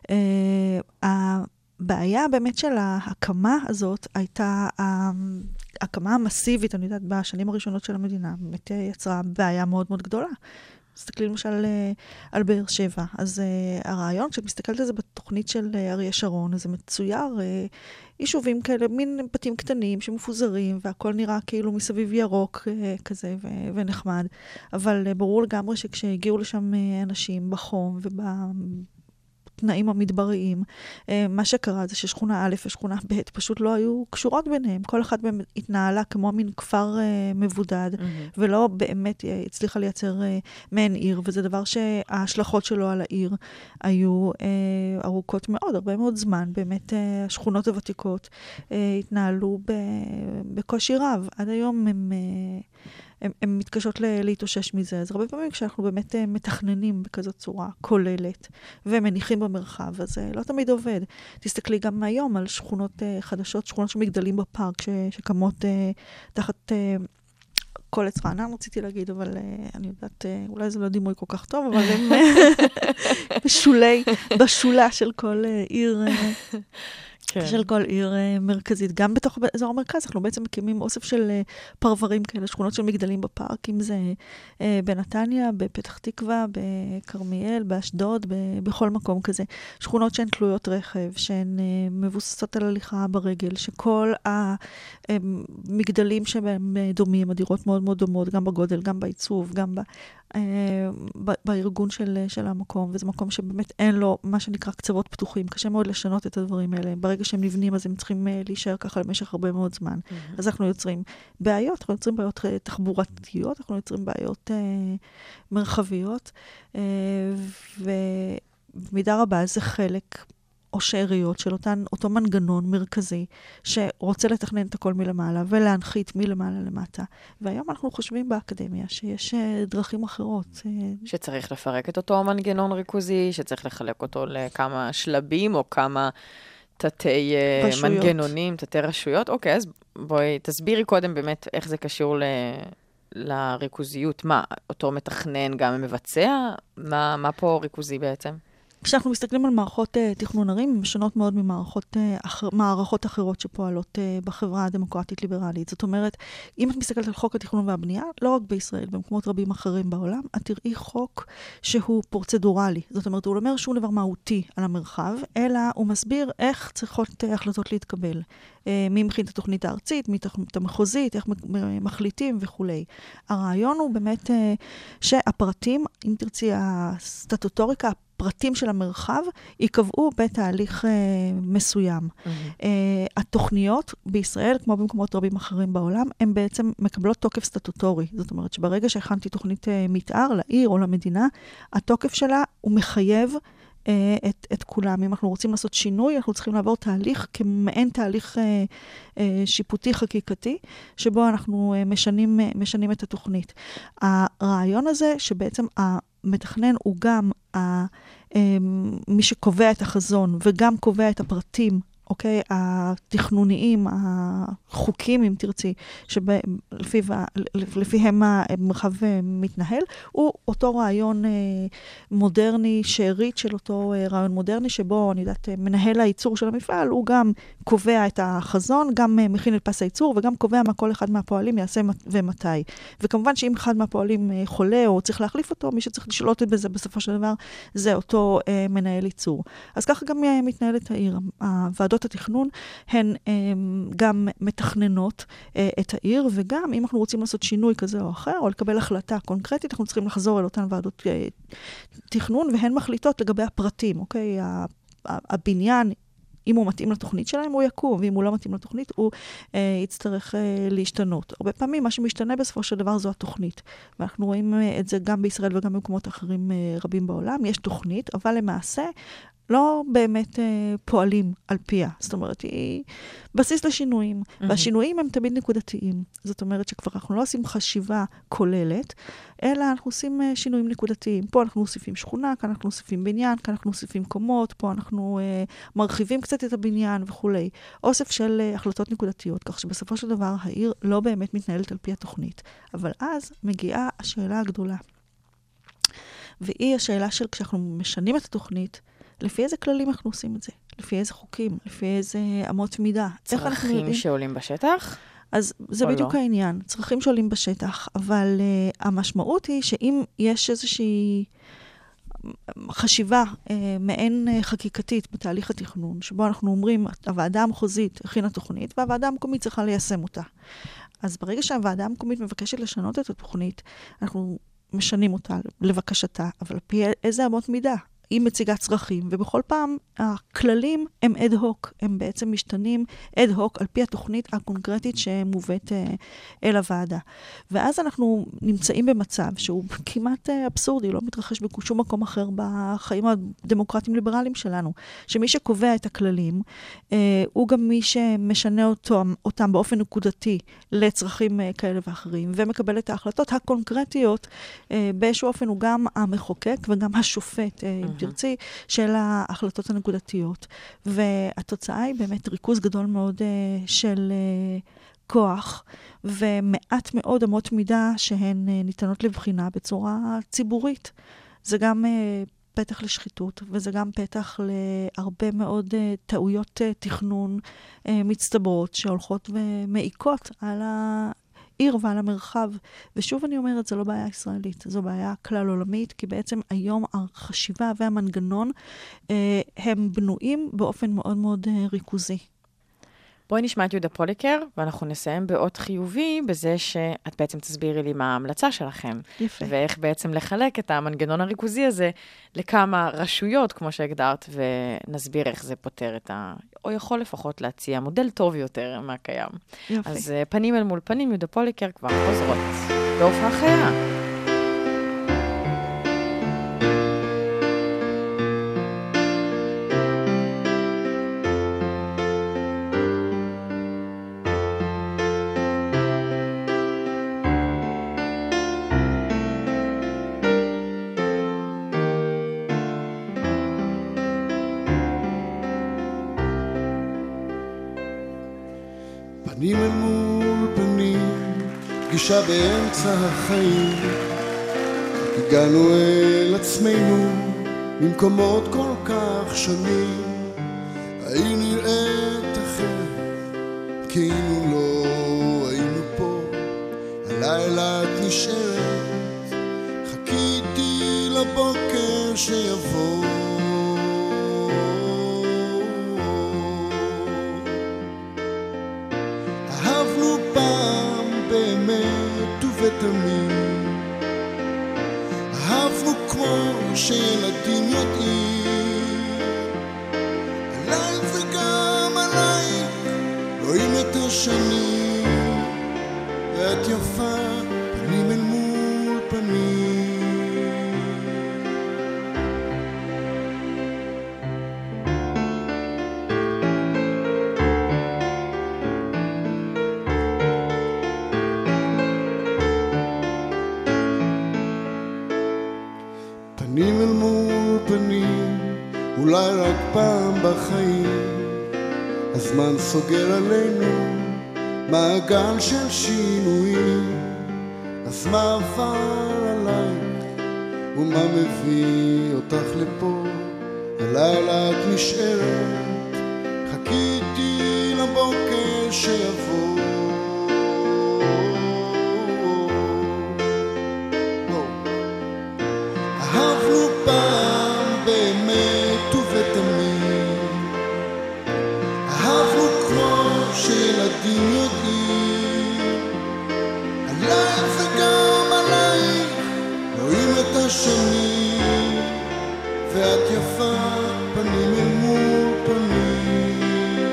הבעיה באמת של ההקמה הזאת הייתה ההקמה המסיבית, אני יודעת, בשנים הראשונות של המדינה, באמת יצרה בעיה מאוד מאוד גדולה. מסתכלים למשל על באר שבע, אז הרעיון, כשמסתכלת על זה בתוכנית של אריה שרון, אז זה מצויר יישובים כאלה, מין בתים קטנים שמפוזרים, והכל נראה כאילו מסביב ירוק כזה ונחמד, אבל ברור לגמרי שכשהגיעו לשם אנשים בחום תנאים המדבריים. מה שקרה זה ששכונה א' ושכונה ב' פשוט לא היו קשורות ביניהם. כל אחת באמת התנהלה כמו מין כפר מבודד, ולא באמת הצליחה לייצר מעין עיר, וזה דבר שההשלכות שלו על העיר היו ארוכות מאוד, הרבה מאוד זמן. באמת השכונות הוותיקות התנהלו בקושי רב. עד היום הן מתקשות להתאושש מזה. אז הרבה פעמים כשאנחנו באמת מתכננים בכזאת צורה כוללת, ומניחים במרחב, אז לא תמיד עובד. תסתכלי גם היום על שכונות חדשות, שכונות שמגדלים בפארק, שקמות תחת כל עץ רענן, רציתי להגיד, אבל אני יודעת, אולי זה לא דימוי כל כך טוב, אבל הם בשולה של כל עיר של כל עיר מרכזית. גם בתוך אזור המרכז, אנחנו בעצם מקימים אוסף של פרברים כאלה, שכונות של מגדלים בפארק, אם זה בנתניה, בפתח תקווה, בכרמיאל, באשדוד, בכל מקום כזה. שכונות שהן תלויות רכב, שהן מבוססות על הליכה ברגל, שכל המגדלים שבהם דומים, הדירות מאוד מאוד דומות, גם בגודל, גם בעיצוב, גם בארגון של המקום, וזה מקום שבאמת אין לו מה שנקרא קצוות פתוחים, קשה מאוד לשנות את הדברים האלה. ברגע שהם נבנים, אז הם צריכים להישאר ככה למשך הרבה מאוד זמן. אז אנחנו יוצרים בעיות, אנחנו יוצרים בעיות תחבורתיות, אנחנו יוצרים בעיות מרחביות, ובמידה רבה זה חלק או שאריות של אותו מנגנון מרכזי שרוצה לתכנן את הכל מלמעלה ולהנחית מלמעלה למטה. והיום אנחנו חושבים באקדמיה שיש דרכים אחרות. שצריך לפרק את אותו מנגנון ריכוזי, שצריך לחלק אותו לכמה שלבים או כמה תתי מנגנונים, תתי רשויות. אוקיי, אז בואי תסבירי קודם באמת איך זה קשור לריכוזיות. מה, אותו מתכנן גם מבצע? מה פה ריכוזי בעצם? כשאנחנו מסתכלים על מערכות תכנון ערים, הן שונות מאוד ממערכות אחרות שפועלות בחברה הדמוקרטית-ליברלית. זאת אומרת, אם את מסתכלת על חוק התכנון והבנייה, לא רק בישראל, במקומות רבים אחרים בעולם, את תראי חוק שהוא פרוצדורלי. זאת אומרת, הוא לא אומר שום דבר מהותי על המרחב, אלא הוא מסביר איך צריכות החלטות להתקבל. מי מכין את התוכנית הארצית, מי את המחוזית, איך מחליטים וכו'. הרעיון הוא באמת שהפרטים, אם תרצי, הסטטוטוריקה, הפרטים של המרחב, יקבעו בתהליך מסוים. התוכניות בישראל, כמו במקומות רבים אחרים בעולם, הן בעצם מקבלות תוקף סטטוטורי. זאת אומרת שברגע שהכנתי תוכנית מתאר לעיר או למדינה, התוקף שלה הוא מחייב את כולם. אם אנחנו רוצים לעשות שינוי, אנחנו צריכים לעבור תהליך כמעין תהליך שיפוטי חקיקתי, שבו אנחנו משנים את התוכנית. הרעיון הזה שבעצם המתכנן הוא גם מי שקובע את החזון וגם קובע את הפרטים, אוקיי? התכנוניים, החוקים, אם תרצי, שלפיהם המרחב מתנהל, הוא אותו רעיון מודרני, שארית של אותו רעיון מודרני, שבו, אני יודעת, מנהל הייצור של המפעל, הוא גם קובע את החזון, גם מכין את פס הייצור, וגם קובע מה כל אחד מהפועלים יעשה ומתי. וכמובן שאם אחד מהפועלים חולה או צריך להחליף אותו, מי שצריך לשלוט בזה בסופו של דבר, זה אותו מנהל ייצור. אז ככה גם מתנהלת העיר. ועדות התכנון הן גם מתכננות את העיר, וגם אם אנחנו רוצים לעשות שינוי כזה או אחר, או לקבל החלטה קונקרטית, אנחנו צריכים לחזור אל אותן ועדות תכנון, והן מחליטות לגבי הפרטים, אוקיי? הבניין, אם הוא מתאים לתוכנית שלהם, הוא יקום, ואם הוא לא מתאים לתוכנית, הוא יצטרך להשתנות. הרבה פעמים, מה שמשתנה בסופו של דבר זו התוכנית. ואנחנו רואים את זה גם בישראל וגם במקומות אחרים רבים בעולם. יש תוכנית, אבל למעשה, לא באמת פועלים על פיה. זאת אומרת, היא בסיס לשינויים. והשינויים הם תמיד נקודתיים. זאת אומרת שכבר אנחנו לא עושים חשיבה כוללת, אלא אנחנו עושים שינויים נקודתיים. פה אנחנו מוסיפים שכונה, כאן אנחנו מוסיפים בניין, כאן אנחנו מוסיפים קומות, פה אנחנו מרחיבים קצת את הבניין וכו'. אוסף של החלטות נקודתיות, כך שבסופו של דבר העיר לא באמת מתנהלת על פי התוכנית. אבל אז מגיעה השאלה הגדולה. והיא השאלה של כשאנחנו משנים את התוכנית, לפי איזה כללים אנחנו עושים את זה? לפי איזה חוקים? לפי איזה אמות מידה? צרכים שעולים בשטח? אז זה בדיוק העניין. צרכים שעולים בשטח, אבל המשמעות היא שאם יש איזושהי חשיבה מעין חקיקתית בתהליך התכנון, שבו אנחנו אומרים, הוועדה המחוזית הכינה תוכנית, והוועדה המקומית צריכה ליישם אותה. אז ברגע שהוועדה המקומית מבקשת לשנות את התוכנית, אנחנו משנים אותה לבקשתה, אבל לפי איזה אמות מידה? היא מציגה צרכים, ובכל פעם הכללים הם אד-הוק, הם בעצם משתנים אד-הוק על פי התוכנית הקונקרטית שמובאת אל הוועדה. ואז אנחנו נמצאים במצב שהוא כמעט אבסורדי, לא מתרחש בשום מקום אחר בחיים הדמוקרטיים ליברליים שלנו, שמי שקובע את הכללים, הוא גם מי שמשנה אותם באופן נקודתי לצרכים כאלה ואחרים, ומקבל את ההחלטות הקונקרטיות, באיזשהו אופן הוא גם המחוקק וגם השופט, תרצי, של ההחלטות הנקודתיות. והתוצאה היא באמת ריכוז גדול מאוד של כוח, ומעט מאוד אמות מידה שהן ניתנות לבחינה בצורה ציבורית. זה גם פתח לשחיתות, וזה גם פתח להרבה מאוד טעויות תכנון מצטברות, שהולכות ומעיקות על עיר ועל המרחב. ושוב אני אומרת, זו לא בעיה ישראלית, זו בעיה כלל עולמית, כי בעצם היום החשיבה והמנגנון הם בנויים באופן מאוד מאוד ריכוזי. בואי נשמע את יהודה פוליקר, ואנחנו נסיים באות חיובי, בזה שאת בעצם תסבירי לי מה ההמלצה שלכם. יפה. ואיך בעצם לחלק את המנגנון הריכוזי הזה לכמה רשויות, כמו שהגדרת, ונסביר איך זה פותר את או יכול לפחות להציע מודל טוב יותר מהקיים. יפה. אז פנים אל מול פנים, יהודה פוליקר כבר חוזרות. בהופעה חיה. פנים אל מול פנים, פגישה באמצע החיים, הגענו אל עצמנו במקומות כל כך שונים, היינו נראית אחרת, כאילו לא היינו פה. הלילה את נשארת, חיכיתי לבוקר שיבוא. אהבנו פעם באמת ובתמים, אהבנו כמו שילדים יודעים, עליי וגם עליי רואים את השנים, ואת יפה פנים אל מול פנים. פנים אל מול פנים, אולי רק פעם בחיים, הזמן סוגר עלינו מעגל של שינויים. אז מה עבר עלייך ומה מביא אותך לפה? הלילה את נשארת, חיכיתי לבוקר שיבוא. אהבנו פעם באמת ובתמים, אהבנו כמו שילדים יודעים, עליי וגם עלייך רואים את השנים, ואת יפה פנים אל מול פנים.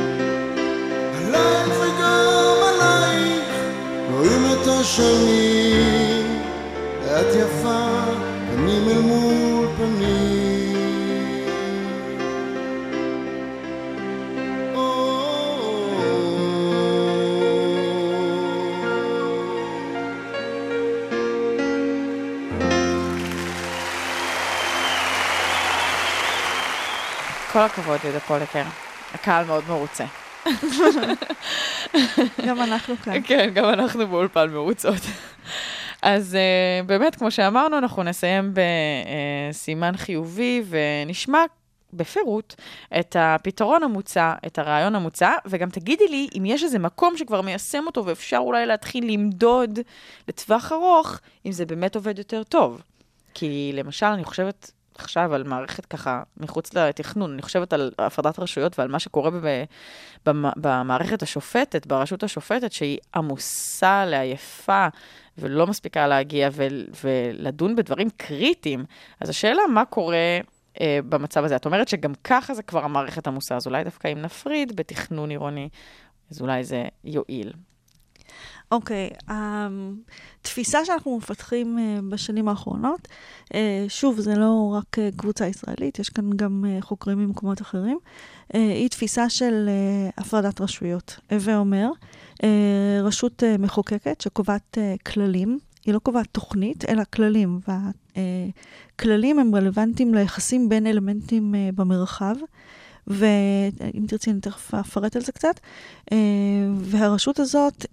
עליי וגם עלייך רואים את השנים, ואת יפה פנים אל מול פנים. כל הכבוד יהודה פוליקר. הקהל מאוד מרוצה. גם אנחנו כאן. כן, גם אנחנו באולפן מרוצות. אז באמת, כמו שאמרנו, אנחנו נסיים בסימן חיובי ונשמע בפירוט את הפתרון המוצע, את הרעיון המוצע, וגם תגידי לי אם יש איזה מקום שכבר מיישם אותו ואפשר אולי להתחיל למדוד לטווח ארוך, אם זה באמת עובד יותר טוב. כי למשל, אני חושבת עכשיו על מערכת ככה מחוץ לתכנון, אני חושבת על הפרדת רשויות ועל מה שקורה במערכת השופטת, ברשות השופטת, שהיא עמוסה לעייפה ולא מספיקה להגיע ולדון בדברים קריטיים. אז השאלה, מה קורה במצב הזה? את אומרת שגם ככה זה כבר המערכת עמוסה, אז אולי דווקא אם נפריד בתכנון עירוני, אז אולי זה יועיל. אוקיי, התפיסה שאנחנו מפתחים בשנים האחרונות, שוב, זה לא רק קבוצה ישראלית, יש כאן גם חוקרים ממקומות אחרים, היא תפיסה של הפרדת רשויות. ואומר, רשות מחוקקת שקובעת כללים, היא לא קובעת תוכנית, אלא כללים, והכללים הם רלוונטיים ליחסים בין אלמנטים במרחב, ואם תרצי אני תכף אפרט על זה קצת, והרשות הזאת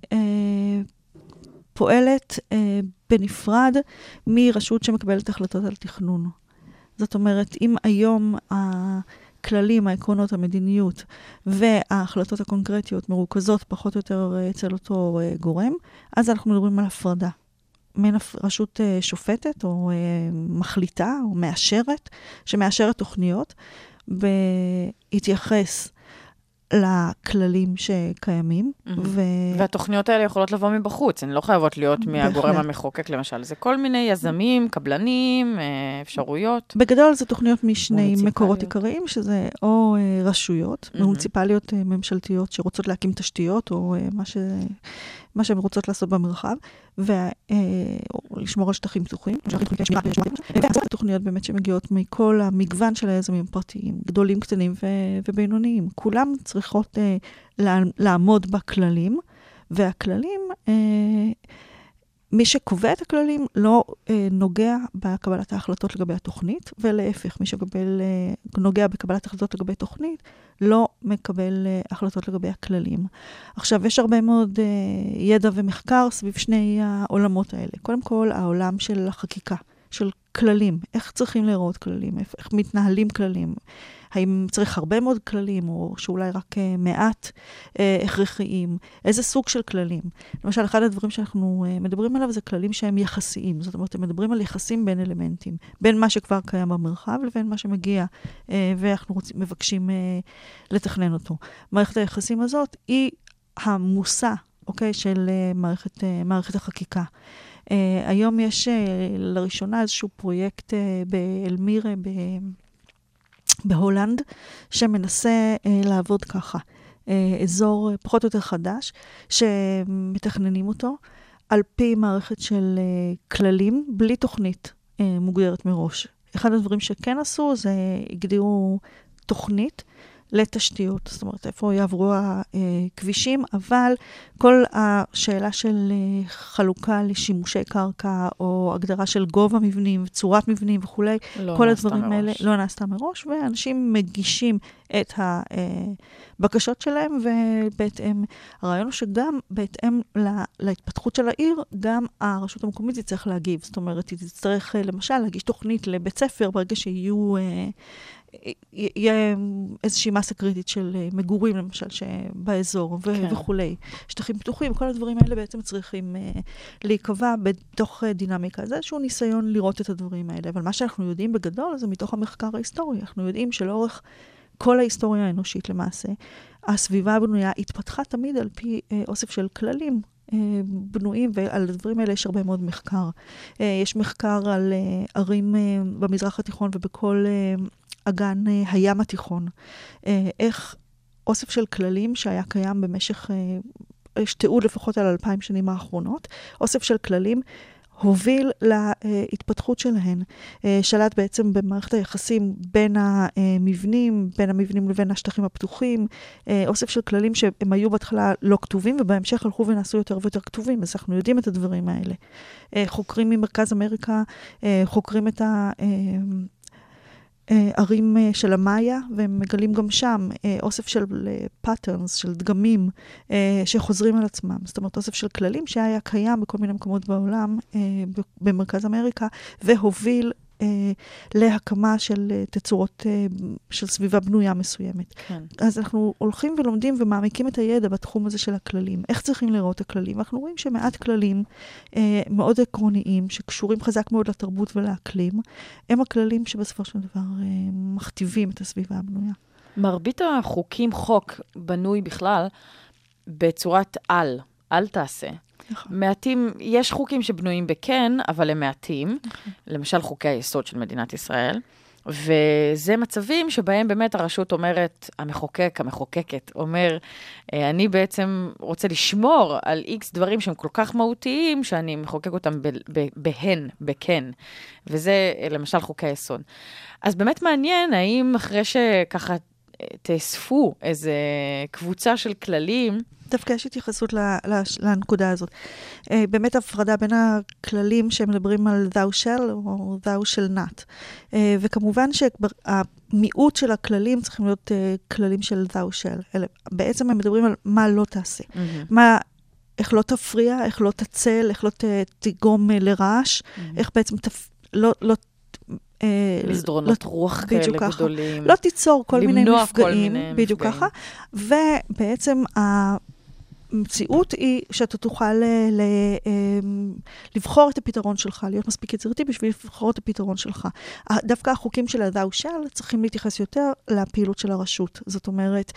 פועלת בנפרד מרשות שמקבלת החלטות על תכנון. זאת אומרת, אם היום הכללים, העקרונות, המדיניות וההחלטות הקונקרטיות מרוכזות פחות או יותר אצל אותו גורם, אז אנחנו מדברים על הפרדה. מן רשות שופטת או מחליטה או מאשרת, שמאשרת תוכניות, בהתייחס לכללים שקיימים. והתוכניות האלה יכולות לבוא מבחוץ, הן לא חייבות להיות מהגורם המחוקק למשל. זה כל מיני יזמים, קבלנים, אפשרויות. בגדול זה תוכניות משני מקורות עיקריים, שזה או רשויות, מוניציפליות ממשלתיות שרוצות להקים תשתיות, או מה שהן רוצות לעשות במרחב, ולשמור על שטחים פתוחים. תוכניות באמת שמגיעות מכל המגוון של היזמים פרטיים, גדולים, קטנים ובינוניים. כולם צריכות לעמוד בכללים, והכללים, מי שקובע את הכללים לא נוגע בקבלת ההחלטות לגבי התוכנית, ולהפך, מי שנוגע בקבלת ההחלטות לגבי תוכנית, לא מקבל החלטות לגבי הכללים. עכשיו, יש הרבה מאוד ידע ומחקר סביב שני העולמות האלה. קודם כל, העולם של החקיקה, של כללים, איך צריכים להיראות כללים, איך מתנהלים כללים, האם צריך הרבה מאוד כללים, או שאולי רק מעט הכרחיים, איזה סוג של כללים. למשל, אחד הדברים שאנחנו מדברים עליו זה כללים שהם יחסיים, זאת אומרת, הם מדברים על יחסים בין אלמנטים, בין מה שכבר קיים במרחב לבין מה שמגיע, ואנחנו מבקשים לתכנן אותו. מערכת היחסים הזאת היא המושא, אוקיי, של מערכת החקיקה. היום יש לראשונה איזשהו פרויקט באלמירה, בהולנד, שמנסה לעבוד ככה. אזור פחות או יותר חדש, שמתכננים אותו על פי מערכת של כללים, בלי תוכנית מוגדרת מראש. אחד הדברים שכן עשו, זה הגדירו תוכנית לתשתיות, זאת אומרת, איפה יעברו הכבישים, אבל כל השאלה של חלוקה לשימושי קרקע, או הגדרה של גובה מבנים, צורת מבנים וכו', כל הדברים האלה לא נעשתה מראש, ואנשים מגישים את הבקשות שלהם, ובהתאם, הרעיון הוא שגם בהתאם להתפתחות של העיר, גם הרשות המקומית תצטרך להגיב, זאת אומרת, היא תצטרך למשל להגיש תוכנית לבית ספר, ברגע יהיה איזושהי מסה קריטית של מגורים, למשל, באזור וכולי. שטחים פתוחים, כל הדברים האלה בעצם צריכים להיקבע בתוך דינמיקה. זה איזשהו ניסיון לראות את הדברים האלה. אבל מה שאנחנו יודעים בגדול, זה מתוך המחקר ההיסטורי. אנחנו יודעים שלאורך כל ההיסטוריה האנושית למעשה, הסביבה הבנויה התפתחה תמיד על פי אוסף של כללים בנויים, ועל הדברים האלה יש הרבה מאוד מחקר. יש מחקר על ערים במזרח התיכון ובכל אגן הים התיכון. איך אוסף של כללים שהיה קיים במשך, יש תיעוד לפחות על 2000 שנים האחרונות, אוסף של כללים הוביל להתפתחות שלהן. שלט בעצם במערכת היחסים בין המבנים לבין השטחים הפתוחים, אוסף של כללים שהם היו בהתחלה לא כתובים, ובהמשך הלכו ונעשו יותר ויותר כתובים, אז אנחנו יודעים את הדברים האלה. חוקרים ממרכז אמריקה, חוקרים את ערים של המאיה, והם מגלים גם שם אוסף של פאטרנס, של דגמים שחוזרים על עצמם. זאת אומרת, אוסף של כללים שהיה קיים בכל מיני מקומות בעולם, במרכז אמריקה, והוביל להקמה של תצורות של סביבה בנויה מסוימת. כן. אז אנחנו הולכים ולומדים ומעמיקים את הידע בתחום הזה של הכללים. איך צריכים לראות הכללים? אנחנו רואים שמעט כללים מאוד עקרוניים, שקשורים חזק מאוד לתרבות ולאקלים, הם הכללים שבסופו של דבר מכתיבים את הסביבה הבנויה. מרבית החוקים, חוק בנוי בכלל בצורת אל תעשה. מעטים, יש חוקים שבנויים בכן, אבל הם מעטים. למשל חוקי היסוד של מדינת ישראל. וזה מצבים שבהם באמת הרשות אומרת, המחוקקת, אומר, אני בעצם רוצה לשמור על איקס דברים שהם כל כך מהותיים, שאני מחוקק אותם בכן. וזה למשל חוקי היסוד. אז באמת מעניין, האם אחרי שככה תאספו איזה קבוצה של כללים, דווקא יש התייחסות לנקודה הזאת. באמת הפרדה בין הכללים שמדברים על thou shall או thou shall not. וכמובן שהמיעוט של הכללים צריכים להיות כללים של thou shall. בעצם הם מדברים על מה לא תעשה. איך לא תפריע, איך לא תצל, איך לא תגרום לרעש, איך בעצם לא מסדרונות רוח כאלה גדולים. לא תיצור כל מיני מפגעים, בדיוק ככה. ובעצם המציאות היא שאתה תוכל לבחור את הפתרון שלך, להיות מספיק יצירתי בשביל לבחור את הפתרון שלך. דווקא החוקים של thou shall צריכים להתייחס יותר לפעילות של הרשות. זאת אומרת,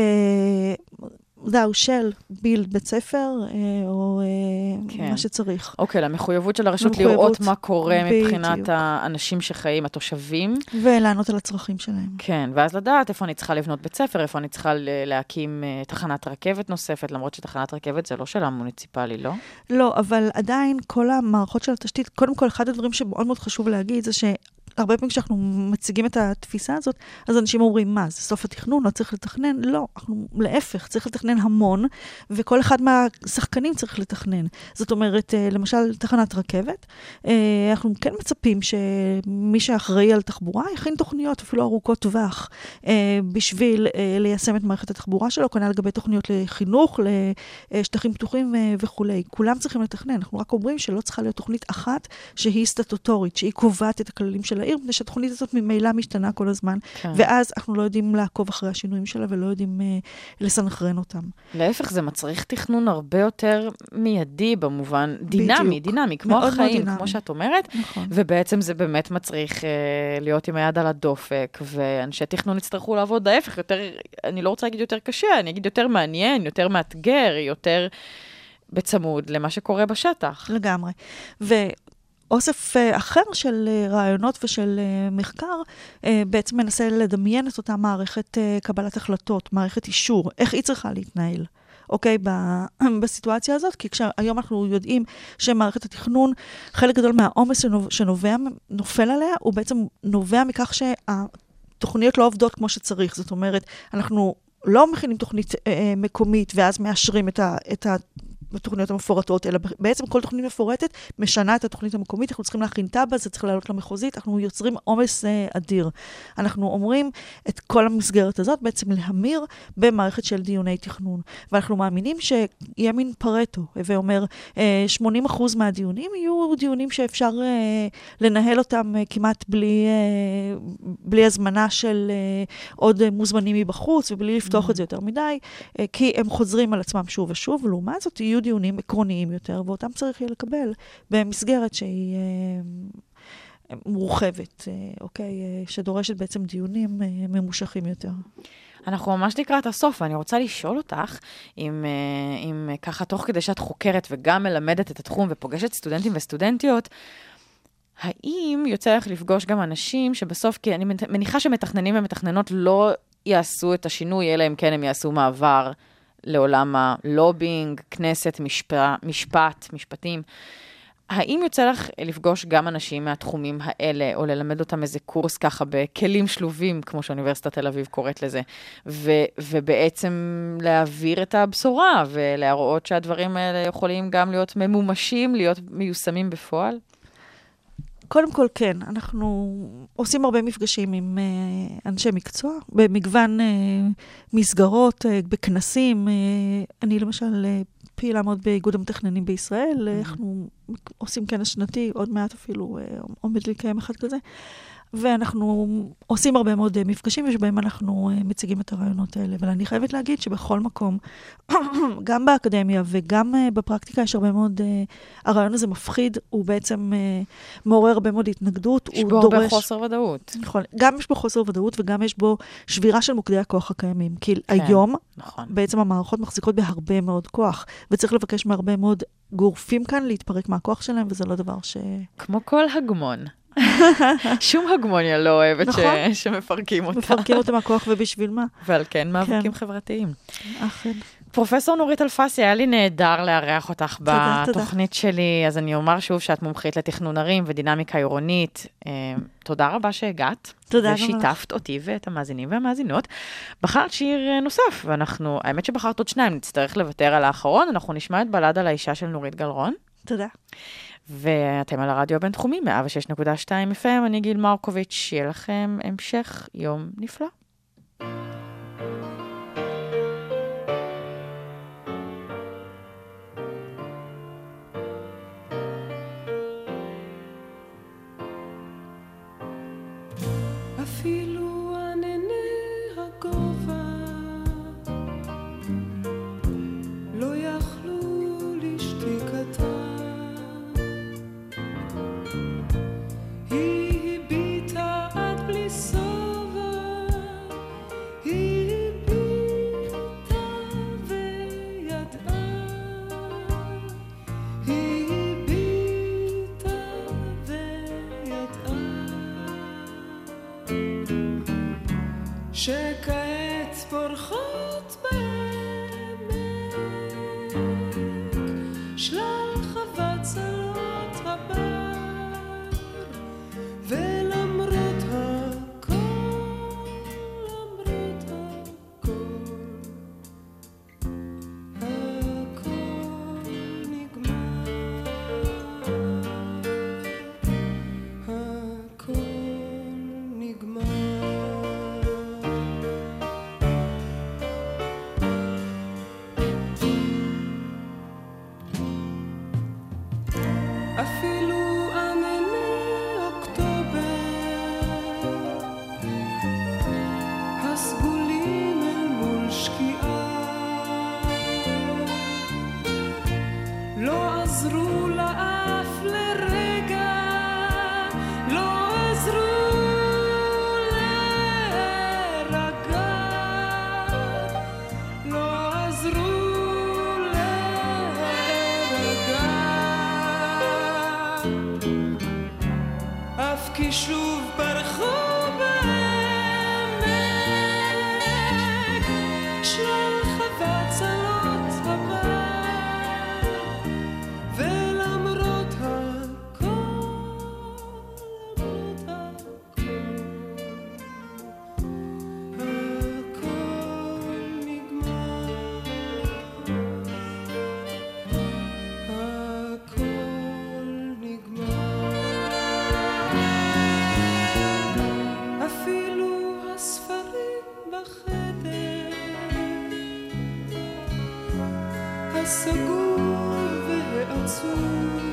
thou shall build בית ספר, או מה שצריך. אוקיי, למחויבות של הרשות לראות מה קורה מבחינת האנשים שחיים, התושבים. ולענות על הצרכים שלהם. כן, ואז לדעת איפה אני צריכה לבנות בית ספר, איפה אני צריכה להקים תחנת רכבת נוספת, למרות שתחנת רכבת זה לא שאלה מוניציפלי, לא? לא, אבל עדיין כל המערכות של התשתית, קודם כל אחד הדברים שמאוד מאוד חשוב להגיד, זה הרבה פעמים כשאנחנו מציגים את התפיסה הזאת, אז אנשים אומרים, מה, זה סוף התכנון, לא צריך לתכנן? לא, אנחנו להפך, צריך לתכנן המון, וכל אחד מהשחקנים צריך לתכנן. זאת אומרת, למשל, תחנת רכבת, אנחנו כן מצפים שמי שאחראי על תחבורה יכין תוכניות, אפילו ארוכות טווח, בשביל ליישם את מערכת התחבורה שלו, כנ"ל לגבי תוכניות לחינוך, לשטחים פתוחים וכו'. כולם צריכים לתכנן. אנחנו רק אומרים שלא צריכה להיות תוכנית אחת שהיא סטטוטורית, שהיא קובעת את הכללים של העיר, מפני שהתוכנית הזאת ממילא משתנה כל הזמן, ואז אנחנו לא יודעים לעקוב אחרי השינויים שלה, ולא יודעים לסנכרן אותם. להפך, זה מצריך תכנון הרבה יותר מיידי במובן, דינמי, כמו החיים, כמו שאת אומרת, ובעצם זה באמת מצריך להיות עם היד על הדופק, ואנשי תכנון יצטרכו לעבוד להפך, אני לא רוצה להגיד יותר קשה, אני אגיד יותר מעניין, יותר מאתגר, יותר בצמוד למה שקורה בשטח. לגמרי. אוסף אחר של רעיונות ושל מחקר, בעצם מנסה לדמיין את אותה מערכת קבלת החלטות, מערכת אישור, איך היא צריכה להתנהל, אוקיי, בסיטואציה הזאת, כי כשהיום אנחנו יודעים שמערכת התכנון, חלק גדול מהעומס שנופל עליה, הוא בעצם נובע מכך שהתוכניות לא עובדות כמו שצריך, זאת אומרת, אנחנו לא מכינים תוכנית מקומית, ואז מאשרים את התוכניות המפורטות, אלא בעצם כל תוכנית מפורטת משנה את התוכנית המקומית, אנחנו צריכים להכין טאבה, זה צריך לעלות למחוזית, אנחנו יוצרים עומס אדיר. אנחנו אומרים את כל המסגרת הזאת בעצם להמיר במערכת של דיוני תכנון. ואנחנו מאמינים שיהיה מין פרטו, ואומר 80% מהדיונים יהיו דיונים שאפשר לנהל אותם כמעט בלי הזמנה של עוד מוזמנים מבחוץ, ובלי לפתוח את זה יותר מדי, כי הם חוזרים על עצמם שוב ושוב, ולעומת זאת יהיו דיונים עקרוניים יותר, ואותם צריך יהיה לקבל במסגרת שהיא מורחבת, אוקיי? שדורשת בעצם דיונים ממושכים יותר. אנחנו ממש לקראת הסוף, ואני רוצה לשאול אותך, אם ככה תוך כדי שאת חוקרת וגם מלמדת את התחום ופוגשת סטודנטים וסטודנטיות, האם יוצא לך לפגוש גם אנשים שבסוף, כי אני מניחה שמתכננים ומתכננות לא יעשו את השינוי, אלא אם כן הם יעשו מעבר לעולם הלובינג, כנסת, משפטים. האם יוצא לך לפגוש גם אנשים מהתחומים האלה, או ללמד אותם איזה קורס ככה בכלים שלובים, כמו שאוניברסיטת תל אביב קוראת לזה, ובעצם להעביר את הבשורה, ולהראות שהדברים האלה יכולים גם להיות ממומשים, להיות מיושמים בפועל? קודם כל כן, אנחנו עושים הרבה מפגשים עם אנשי מקצוע, במגוון מסגרות, בכנסים. אני למשל פעילה מאוד באיגוד המתכננים בישראל, אנחנו עושים כנס שנתי, עוד מעט אפילו עומד לקיים אחד כזה, ואנחנו עושים הרבה מאוד מפגשים, שבהם אנחנו מציגים את הרעיונות האלה. אבל אני חייבת להגיד שבכל מקום, גם באקדמיה וגם בפרקטיקה, יש הרבה מאוד, הרעיון הזה מפחיד, הוא בעצם מעורר הרבה מאוד התנגדות. יש בו הרבה חוסר ודאות. נכון, גם יש בו חוסר ודאות, וגם יש בו שבירה של מוקדי הכוח הקיימים. כי היום, בעצם המערכות מחזיקות בהרבה מאוד כוח, וצריך לבקש מהרבה מאוד גורפים כאן להתפרק מהכוח שלהם, וזה לא דבר כמו כל הגמון. שום הגמוניה לא אוהבת שמפרקים אותה. מפרקים אותה מהכוח ובשביל מה? ועל כן מאבקים חברתיים. אכן. פרופסור נורית אלפסי, היה לי נהדר לארח אותך בתוכנית שלי, אז אני אומר שוב שאת מומחית לתכנון ערים ודינמיקה עירונית. תודה רבה שהגעת. תודה רבה. ושיתפת אותי ואת המאזינים והמאזינות. בחרת שיר נוסף, ואנחנו, האמת שבחרת עוד שניים, נצטרך לוותר על האחרון, אנחנו נשמע את בלד על האישה של נורית גלרון. תודה. ואתם על הרדיו הבינתחומי, 106.2 FM, אני גיל מרקוביץ', שיהיה לכם המשך יום נפלא. אפילו ענני הגובה לא יכלו לשתיקתה. היא הביטה עד בלי סובה, היא הביטה וידעה, היא הביטה וידעה שכעת פורחות בעמק שלל חוות צלות הבר, ולמרות סגור ועצוב